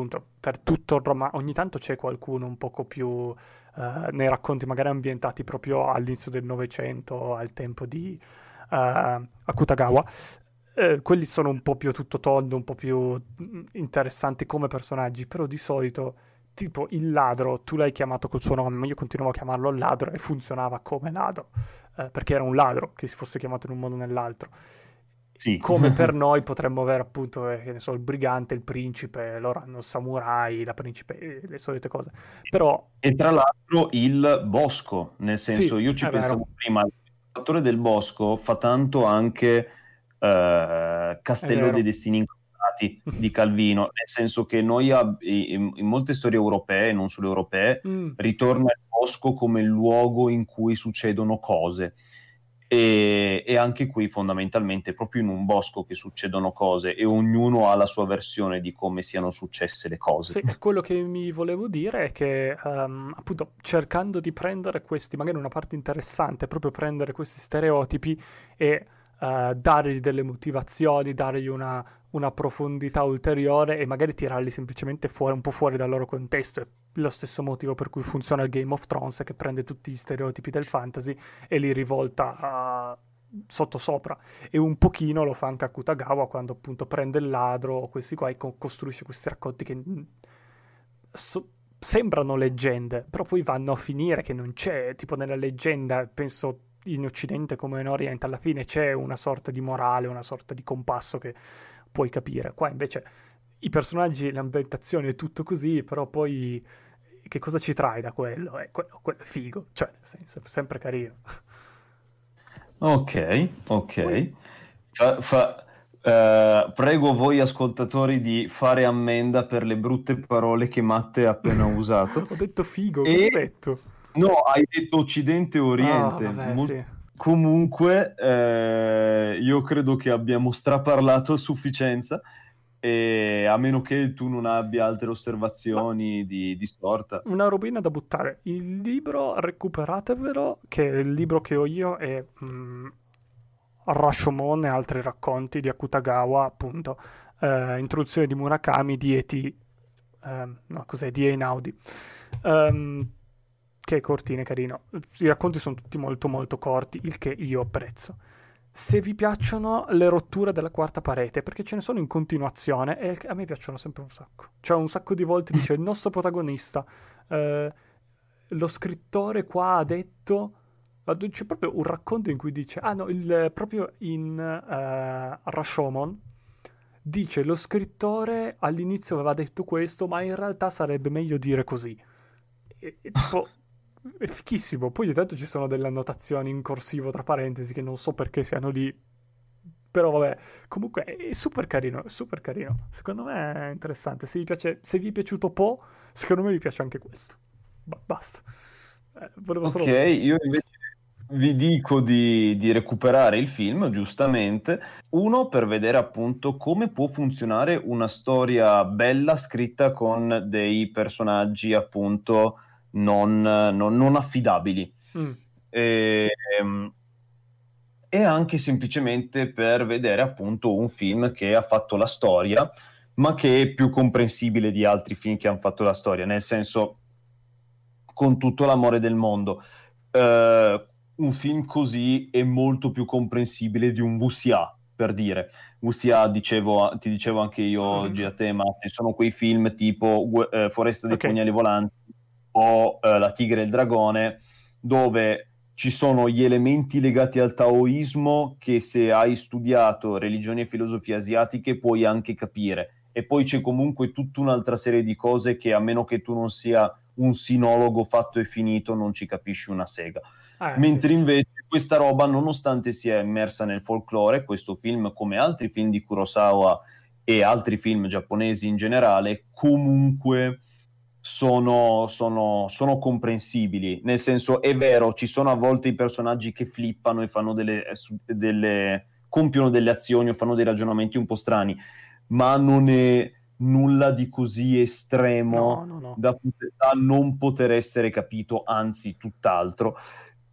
Speaker 2: per tutto il romanzo. Ogni tanto c'è qualcuno un poco più eh, nei racconti magari ambientati proprio all'inizio del Novecento, al tempo di eh, Akutagawa. Eh, quelli sono un po' più a tutto tondo, un po' più mm, interessanti come personaggi, però di solito, tipo il ladro, tu l'hai chiamato col suo nome, ma io continuavo a chiamarlo ladro e funzionava come ladro, eh, perché era un ladro che si fosse chiamato in un modo o nell'altro.
Speaker 1: Sì.
Speaker 2: Come per noi potremmo avere appunto, eh, che ne so, il brigante, il principe, loro hanno il samurai, la principe, eh, le solite cose. Però,
Speaker 1: E tra l'altro il bosco, nel
Speaker 2: sì,
Speaker 1: senso, io ci
Speaker 2: è vero,
Speaker 1: pensavo prima, il fattore del bosco fa tanto anche eh,
Speaker 2: è
Speaker 1: Castello dei
Speaker 2: vero.
Speaker 1: Destini Incrociati di Calvino, nel senso che noi ab- in, in molte storie europee, non solo europee,
Speaker 2: Mm,
Speaker 1: ritorna il bosco come il luogo in cui succedono cose. E, e anche qui fondamentalmente è proprio in un bosco che succedono cose e ognuno ha la sua versione di come siano successe le cose.
Speaker 2: sì, e quello che mi volevo dire è che, ehm, appunto, cercando di prendere questi, magari una parte interessante, è proprio prendere questi stereotipi e eh, dargli delle motivazioni, dargli una, una profondità ulteriore e magari tirarli semplicemente fuori, un po' fuori dal loro contesto. È lo stesso motivo per cui funziona il Game of Thrones, che prende tutti gli stereotipi del fantasy e li rivolta uh, sottosopra. E un pochino lo fa anche Akutagawa quando appunto prende il ladro o questi qua e co- costruisce questi racconti che mm, so- sembrano leggende, però poi vanno a finire che non c'è, tipo nella leggenda, penso in Occidente come in Oriente, alla fine c'è una sorta di morale, una sorta di compasso che puoi capire. Qua invece i personaggi, l'ambientazione è tutto così, però poi che cosa ci trae da quello? Eh, quello, quello è figo, cioè nel senso, è sempre carino.
Speaker 1: Ok,
Speaker 2: Poi
Speaker 1: ok. Fa- fa- eh, prego voi ascoltatori di fare ammenda per le brutte parole che Matte ha appena usato.
Speaker 2: ho detto figo, cosa ho
Speaker 1: E
Speaker 2: detto?
Speaker 1: no, hai detto Occidente e
Speaker 2: Ah,
Speaker 1: Oriente.
Speaker 2: vabbè,
Speaker 1: Mol-
Speaker 2: sì.
Speaker 1: Comunque, eh, io credo che abbiamo straparlato a sufficienza. E a meno che tu non abbia altre
Speaker 2: Ma
Speaker 1: osservazioni di, di sorta.
Speaker 2: una robina da buttare. Il libro, recuperatevelo, che il libro che ho io è mm, Rashomon e altri racconti di Akutagawa, appunto. Eh, introduzione di Murakami, Dieti, ehm, no, cos'è? Die Inaudi. Ehm, che è cortino e carino. I racconti sono tutti molto molto corti, il che io apprezzo. Se vi piacciono le rotture della quarta parete, perché ce ne sono in continuazione e a me piacciono sempre un sacco. Cioè un sacco di volte dice il nostro protagonista, eh, lo scrittore qua ha detto, c'è proprio un racconto in cui dice, ah no, il, proprio in eh, Rashomon, dice lo scrittore all'inizio aveva detto questo, ma in realtà sarebbe meglio dire così. E, e tipo, è fichissimo. Poi di tanto ci sono delle annotazioni in corsivo tra parentesi che non so perché siano lì. Però vabbè, comunque è super carino, è super carino. Secondo me è interessante. Se vi piace, se vi è piaciuto Po, secondo me vi piace anche questo. Ba- basta. Eh, volevo
Speaker 1: Ok,
Speaker 2: solo...
Speaker 1: io invece vi dico di, di recuperare il film, giustamente. Uno, per vedere appunto come può funzionare una storia bella scritta con dei personaggi appunto non, non- non affidabili.
Speaker 2: Mm,
Speaker 1: E, ehm, e anche semplicemente per vedere appunto un film che ha fatto la storia, ma che è più comprensibile di altri film che hanno fatto la storia, nel senso, con tutto l'amore del mondo, eh, un film così è molto più comprensibile di un V C A, per dire. V C A, dicevo, ti dicevo anche io oggi
Speaker 2: mm,
Speaker 1: a te, Matti, sono quei film tipo eh, Foresta dei
Speaker 2: ok.
Speaker 1: Pugnali Volanti o eh, La Tigre e il Dragone, dove ci sono gli elementi legati al taoismo che se hai studiato religioni e filosofie asiatiche puoi anche capire. E poi c'è comunque tutta un'altra serie di cose che a meno che tu non sia un sinologo fatto e finito non ci capisci una sega.
Speaker 2: Eh sì.
Speaker 1: Mentre invece questa roba, nonostante sia immersa nel folklore, questo film, come altri film di Kurosawa e altri film giapponesi in generale, comunque sono, sono, sono comprensibili. Nel senso, è vero, ci sono a volte i personaggi che flippano e fanno delle, delle compiono delle azioni o fanno dei ragionamenti un po' strani, ma non è nulla di così estremo
Speaker 2: No, no, no.
Speaker 1: da, da non poter essere capito, anzi tutt'altro.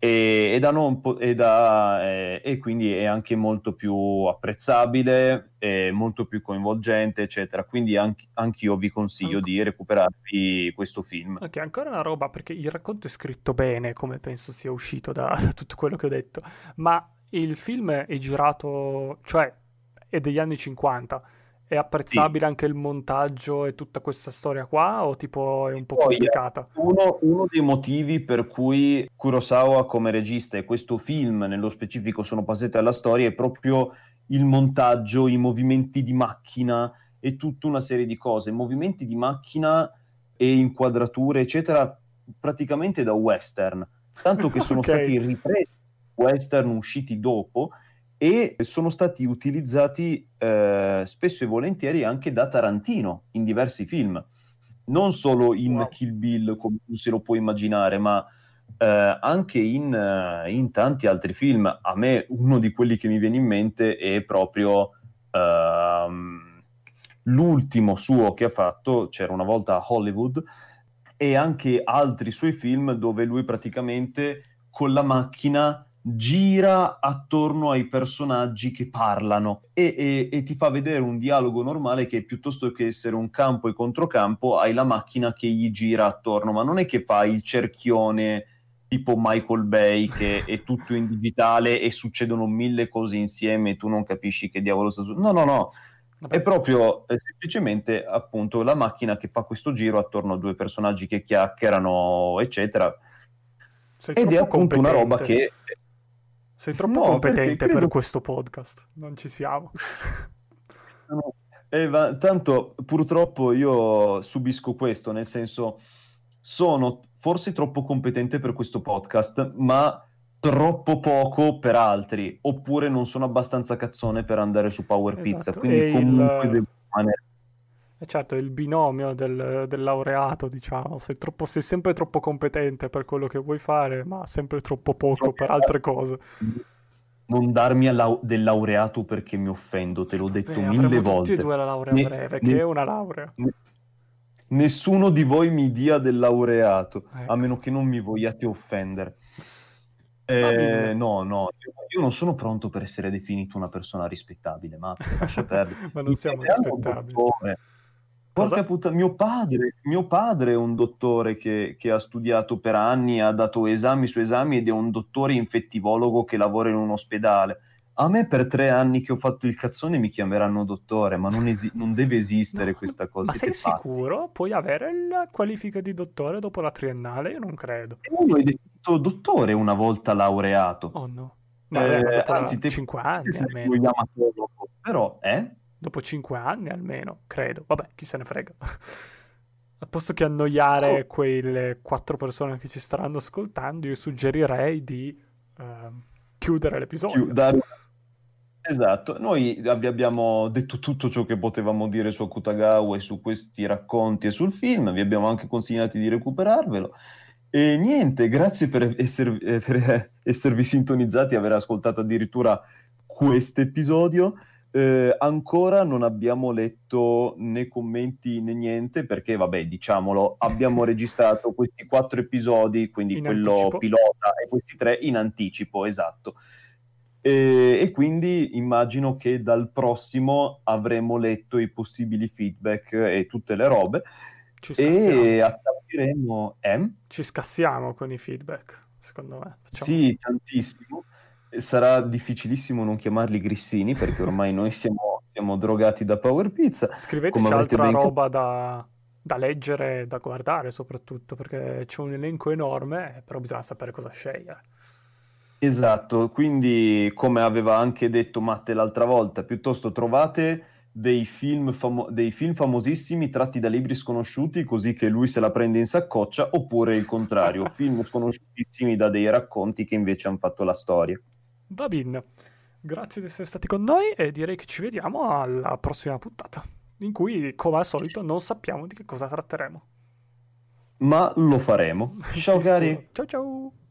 Speaker 1: e, e, da non po- e, da, eh, e quindi è anche molto più apprezzabile, è molto più coinvolgente, eccetera. Quindi anch- anch'io vi consiglio
Speaker 2: Anc-
Speaker 1: di recuperarvi questo film.
Speaker 2: Ok, ancora una roba, perché il racconto è scritto bene, come penso sia uscito da, da tutto quello che ho detto, ma il film è girato, cioè è degli anni cinquanta, è
Speaker 1: Sì.
Speaker 2: apprezzabile anche il montaggio e tutta questa storia qua, o tipo è un po'
Speaker 1: Poi eh,
Speaker 2: complicata?
Speaker 1: uno, uno dei motivi per cui Kurosawa come regista e questo film nello specifico sono passati alla storia è proprio il montaggio, i movimenti di macchina e tutta una serie di cose, movimenti di macchina e inquadrature, eccetera, praticamente da western, tanto che sono
Speaker 2: Ok.
Speaker 1: stati ripresi western usciti dopo e sono stati utilizzati eh, spesso e volentieri anche da Tarantino in diversi film, non solo in
Speaker 2: Wow.
Speaker 1: Kill Bill come tu se lo puoi immaginare, ma eh, anche in, eh, in tanti altri film. A me uno di quelli che mi viene in mente è proprio ehm, l'ultimo suo che ha fatto, C'era una volta a Hollywood, e anche altri suoi film dove lui praticamente con la macchina gira attorno ai personaggi che parlano e, e- e ti fa vedere un dialogo normale che piuttosto che essere un campo e controcampo hai la macchina che gli gira attorno, ma non è che fa il cerchione tipo Michael Bay che è tutto in digitale e succedono mille cose insieme e tu non capisci che diavolo sta succedendo. No, no, no, è
Speaker 2: Vabbè,
Speaker 1: proprio eh, semplicemente appunto la macchina che fa questo giro attorno a due personaggi che chiacchierano, eccetera.
Speaker 2: sei
Speaker 1: Ed è
Speaker 2: troppo
Speaker 1: appunto una roba
Speaker 2: competente.
Speaker 1: che
Speaker 2: Sei troppo
Speaker 1: no, perché
Speaker 2: competente per
Speaker 1: credo
Speaker 2: questo podcast. Non ci siamo.
Speaker 1: eh, va- tanto purtroppo io subisco questo, nel senso sono forse troppo competente per questo podcast, ma troppo poco per altri, oppure non sono abbastanza cazzone per andare su Power Pizza,
Speaker 2: Esatto.
Speaker 1: quindi
Speaker 2: E
Speaker 1: comunque
Speaker 2: il...
Speaker 1: devo rimanere.
Speaker 2: E certo, il binomio del, del laureato, diciamo, sei, troppo, sei sempre troppo competente per quello che vuoi fare, ma sempre troppo poco per altre cose.
Speaker 1: Non darmi al lau- del laureato perché mi offendo, te l'ho detto
Speaker 2: Vabbè,
Speaker 1: mille
Speaker 2: avremo tutti e
Speaker 1: volte.
Speaker 2: due la laurea
Speaker 1: Ne-
Speaker 2: breve, che è
Speaker 1: ne-
Speaker 2: una laurea.
Speaker 1: ne- Nessuno di voi mi dia del laureato, a
Speaker 2: Ecco.
Speaker 1: meno che non mi vogliate offendere.
Speaker 2: Va
Speaker 1: Eh,
Speaker 2: bene.
Speaker 1: no, no, io, io non sono pronto per essere definito una persona rispettabile, Matte, lascia perdere.
Speaker 2: Ma non
Speaker 1: Mi
Speaker 2: siamo
Speaker 1: chiameranno
Speaker 2: rispettabili.
Speaker 1: dottore. Porca
Speaker 2: Cosa?
Speaker 1: puttana, mio padre, mio padre è un dottore che, che ha studiato per anni, ha dato esami su esami ed è un dottore infettivologo che lavora in un ospedale. A me per tre anni che ho fatto il cazzone mi chiameranno dottore, ma non, esi- non deve
Speaker 2: No,
Speaker 1: esistere questa
Speaker 2: ma
Speaker 1: cosa,
Speaker 2: sei
Speaker 1: siete pazzi.
Speaker 2: sicuro? Puoi avere la qualifica di dottore dopo la triennale? Io non credo.
Speaker 1: E uno è detto dottore una volta laureato.
Speaker 2: Oh no. Vabbè, ma
Speaker 1: Eh,
Speaker 2: dopo la...
Speaker 1: anzi,
Speaker 2: cinque
Speaker 1: tecnicamente
Speaker 2: anni
Speaker 1: sarei uno
Speaker 2: almeno.
Speaker 1: yamatologo, però, eh?
Speaker 2: Dopo cinque anni almeno, credo. Vabbè, chi se ne frega. Al posto che
Speaker 1: Co-
Speaker 2: annoiare quelle quattro persone che ci staranno ascoltando, io suggerirei di ehm, chiudere
Speaker 1: chi-
Speaker 2: l'episodio.
Speaker 1: dare una- Esatto, noi vi abbiamo detto tutto ciò che potevamo dire su Akutagawa e su questi racconti e sul film, vi abbiamo anche consigliati di recuperarvelo. E niente, grazie per, esser- eh, per esservi sintonizzati e aver ascoltato addirittura questo episodio. Eh, ancora non abbiamo letto né commenti né niente, perché, vabbè, diciamolo, abbiamo registrato questi quattro episodi, quindi
Speaker 2: In
Speaker 1: quello
Speaker 2: anticipo.
Speaker 1: pilota e questi tre in anticipo, esatto. E, e quindi immagino che dal prossimo avremo letto i possibili feedback e tutte le robe
Speaker 2: Ci
Speaker 1: e
Speaker 2: scassiamo.
Speaker 1: attaccheremo M.
Speaker 2: Ci scassiamo con i feedback, secondo me. Facciamo...
Speaker 1: Sì, tantissimo. E sarà difficilissimo non chiamarli grissini perché ormai noi siamo, siamo drogati da Power Pizza, come
Speaker 2: Scriveteci
Speaker 1: avrete
Speaker 2: altra
Speaker 1: ben capito.
Speaker 2: roba da, da leggere e da guardare soprattutto, perché c'è un elenco enorme, però bisogna sapere cosa scegliere.
Speaker 1: Esatto, quindi come aveva anche detto Matte l'altra volta, piuttosto trovate dei film, famo- dei film famosissimi tratti da libri sconosciuti così che lui se la prende in saccoccia, oppure il contrario, film sconosciutissimi da dei racconti che invece hanno fatto la storia.
Speaker 2: Va bene, grazie di essere stati con noi e direi che ci vediamo alla prossima puntata, in cui, come al solito, non sappiamo di che cosa tratteremo.
Speaker 1: Ma lo faremo. Ciao
Speaker 2: Di sicuro.
Speaker 1: cari!
Speaker 2: Ciao ciao!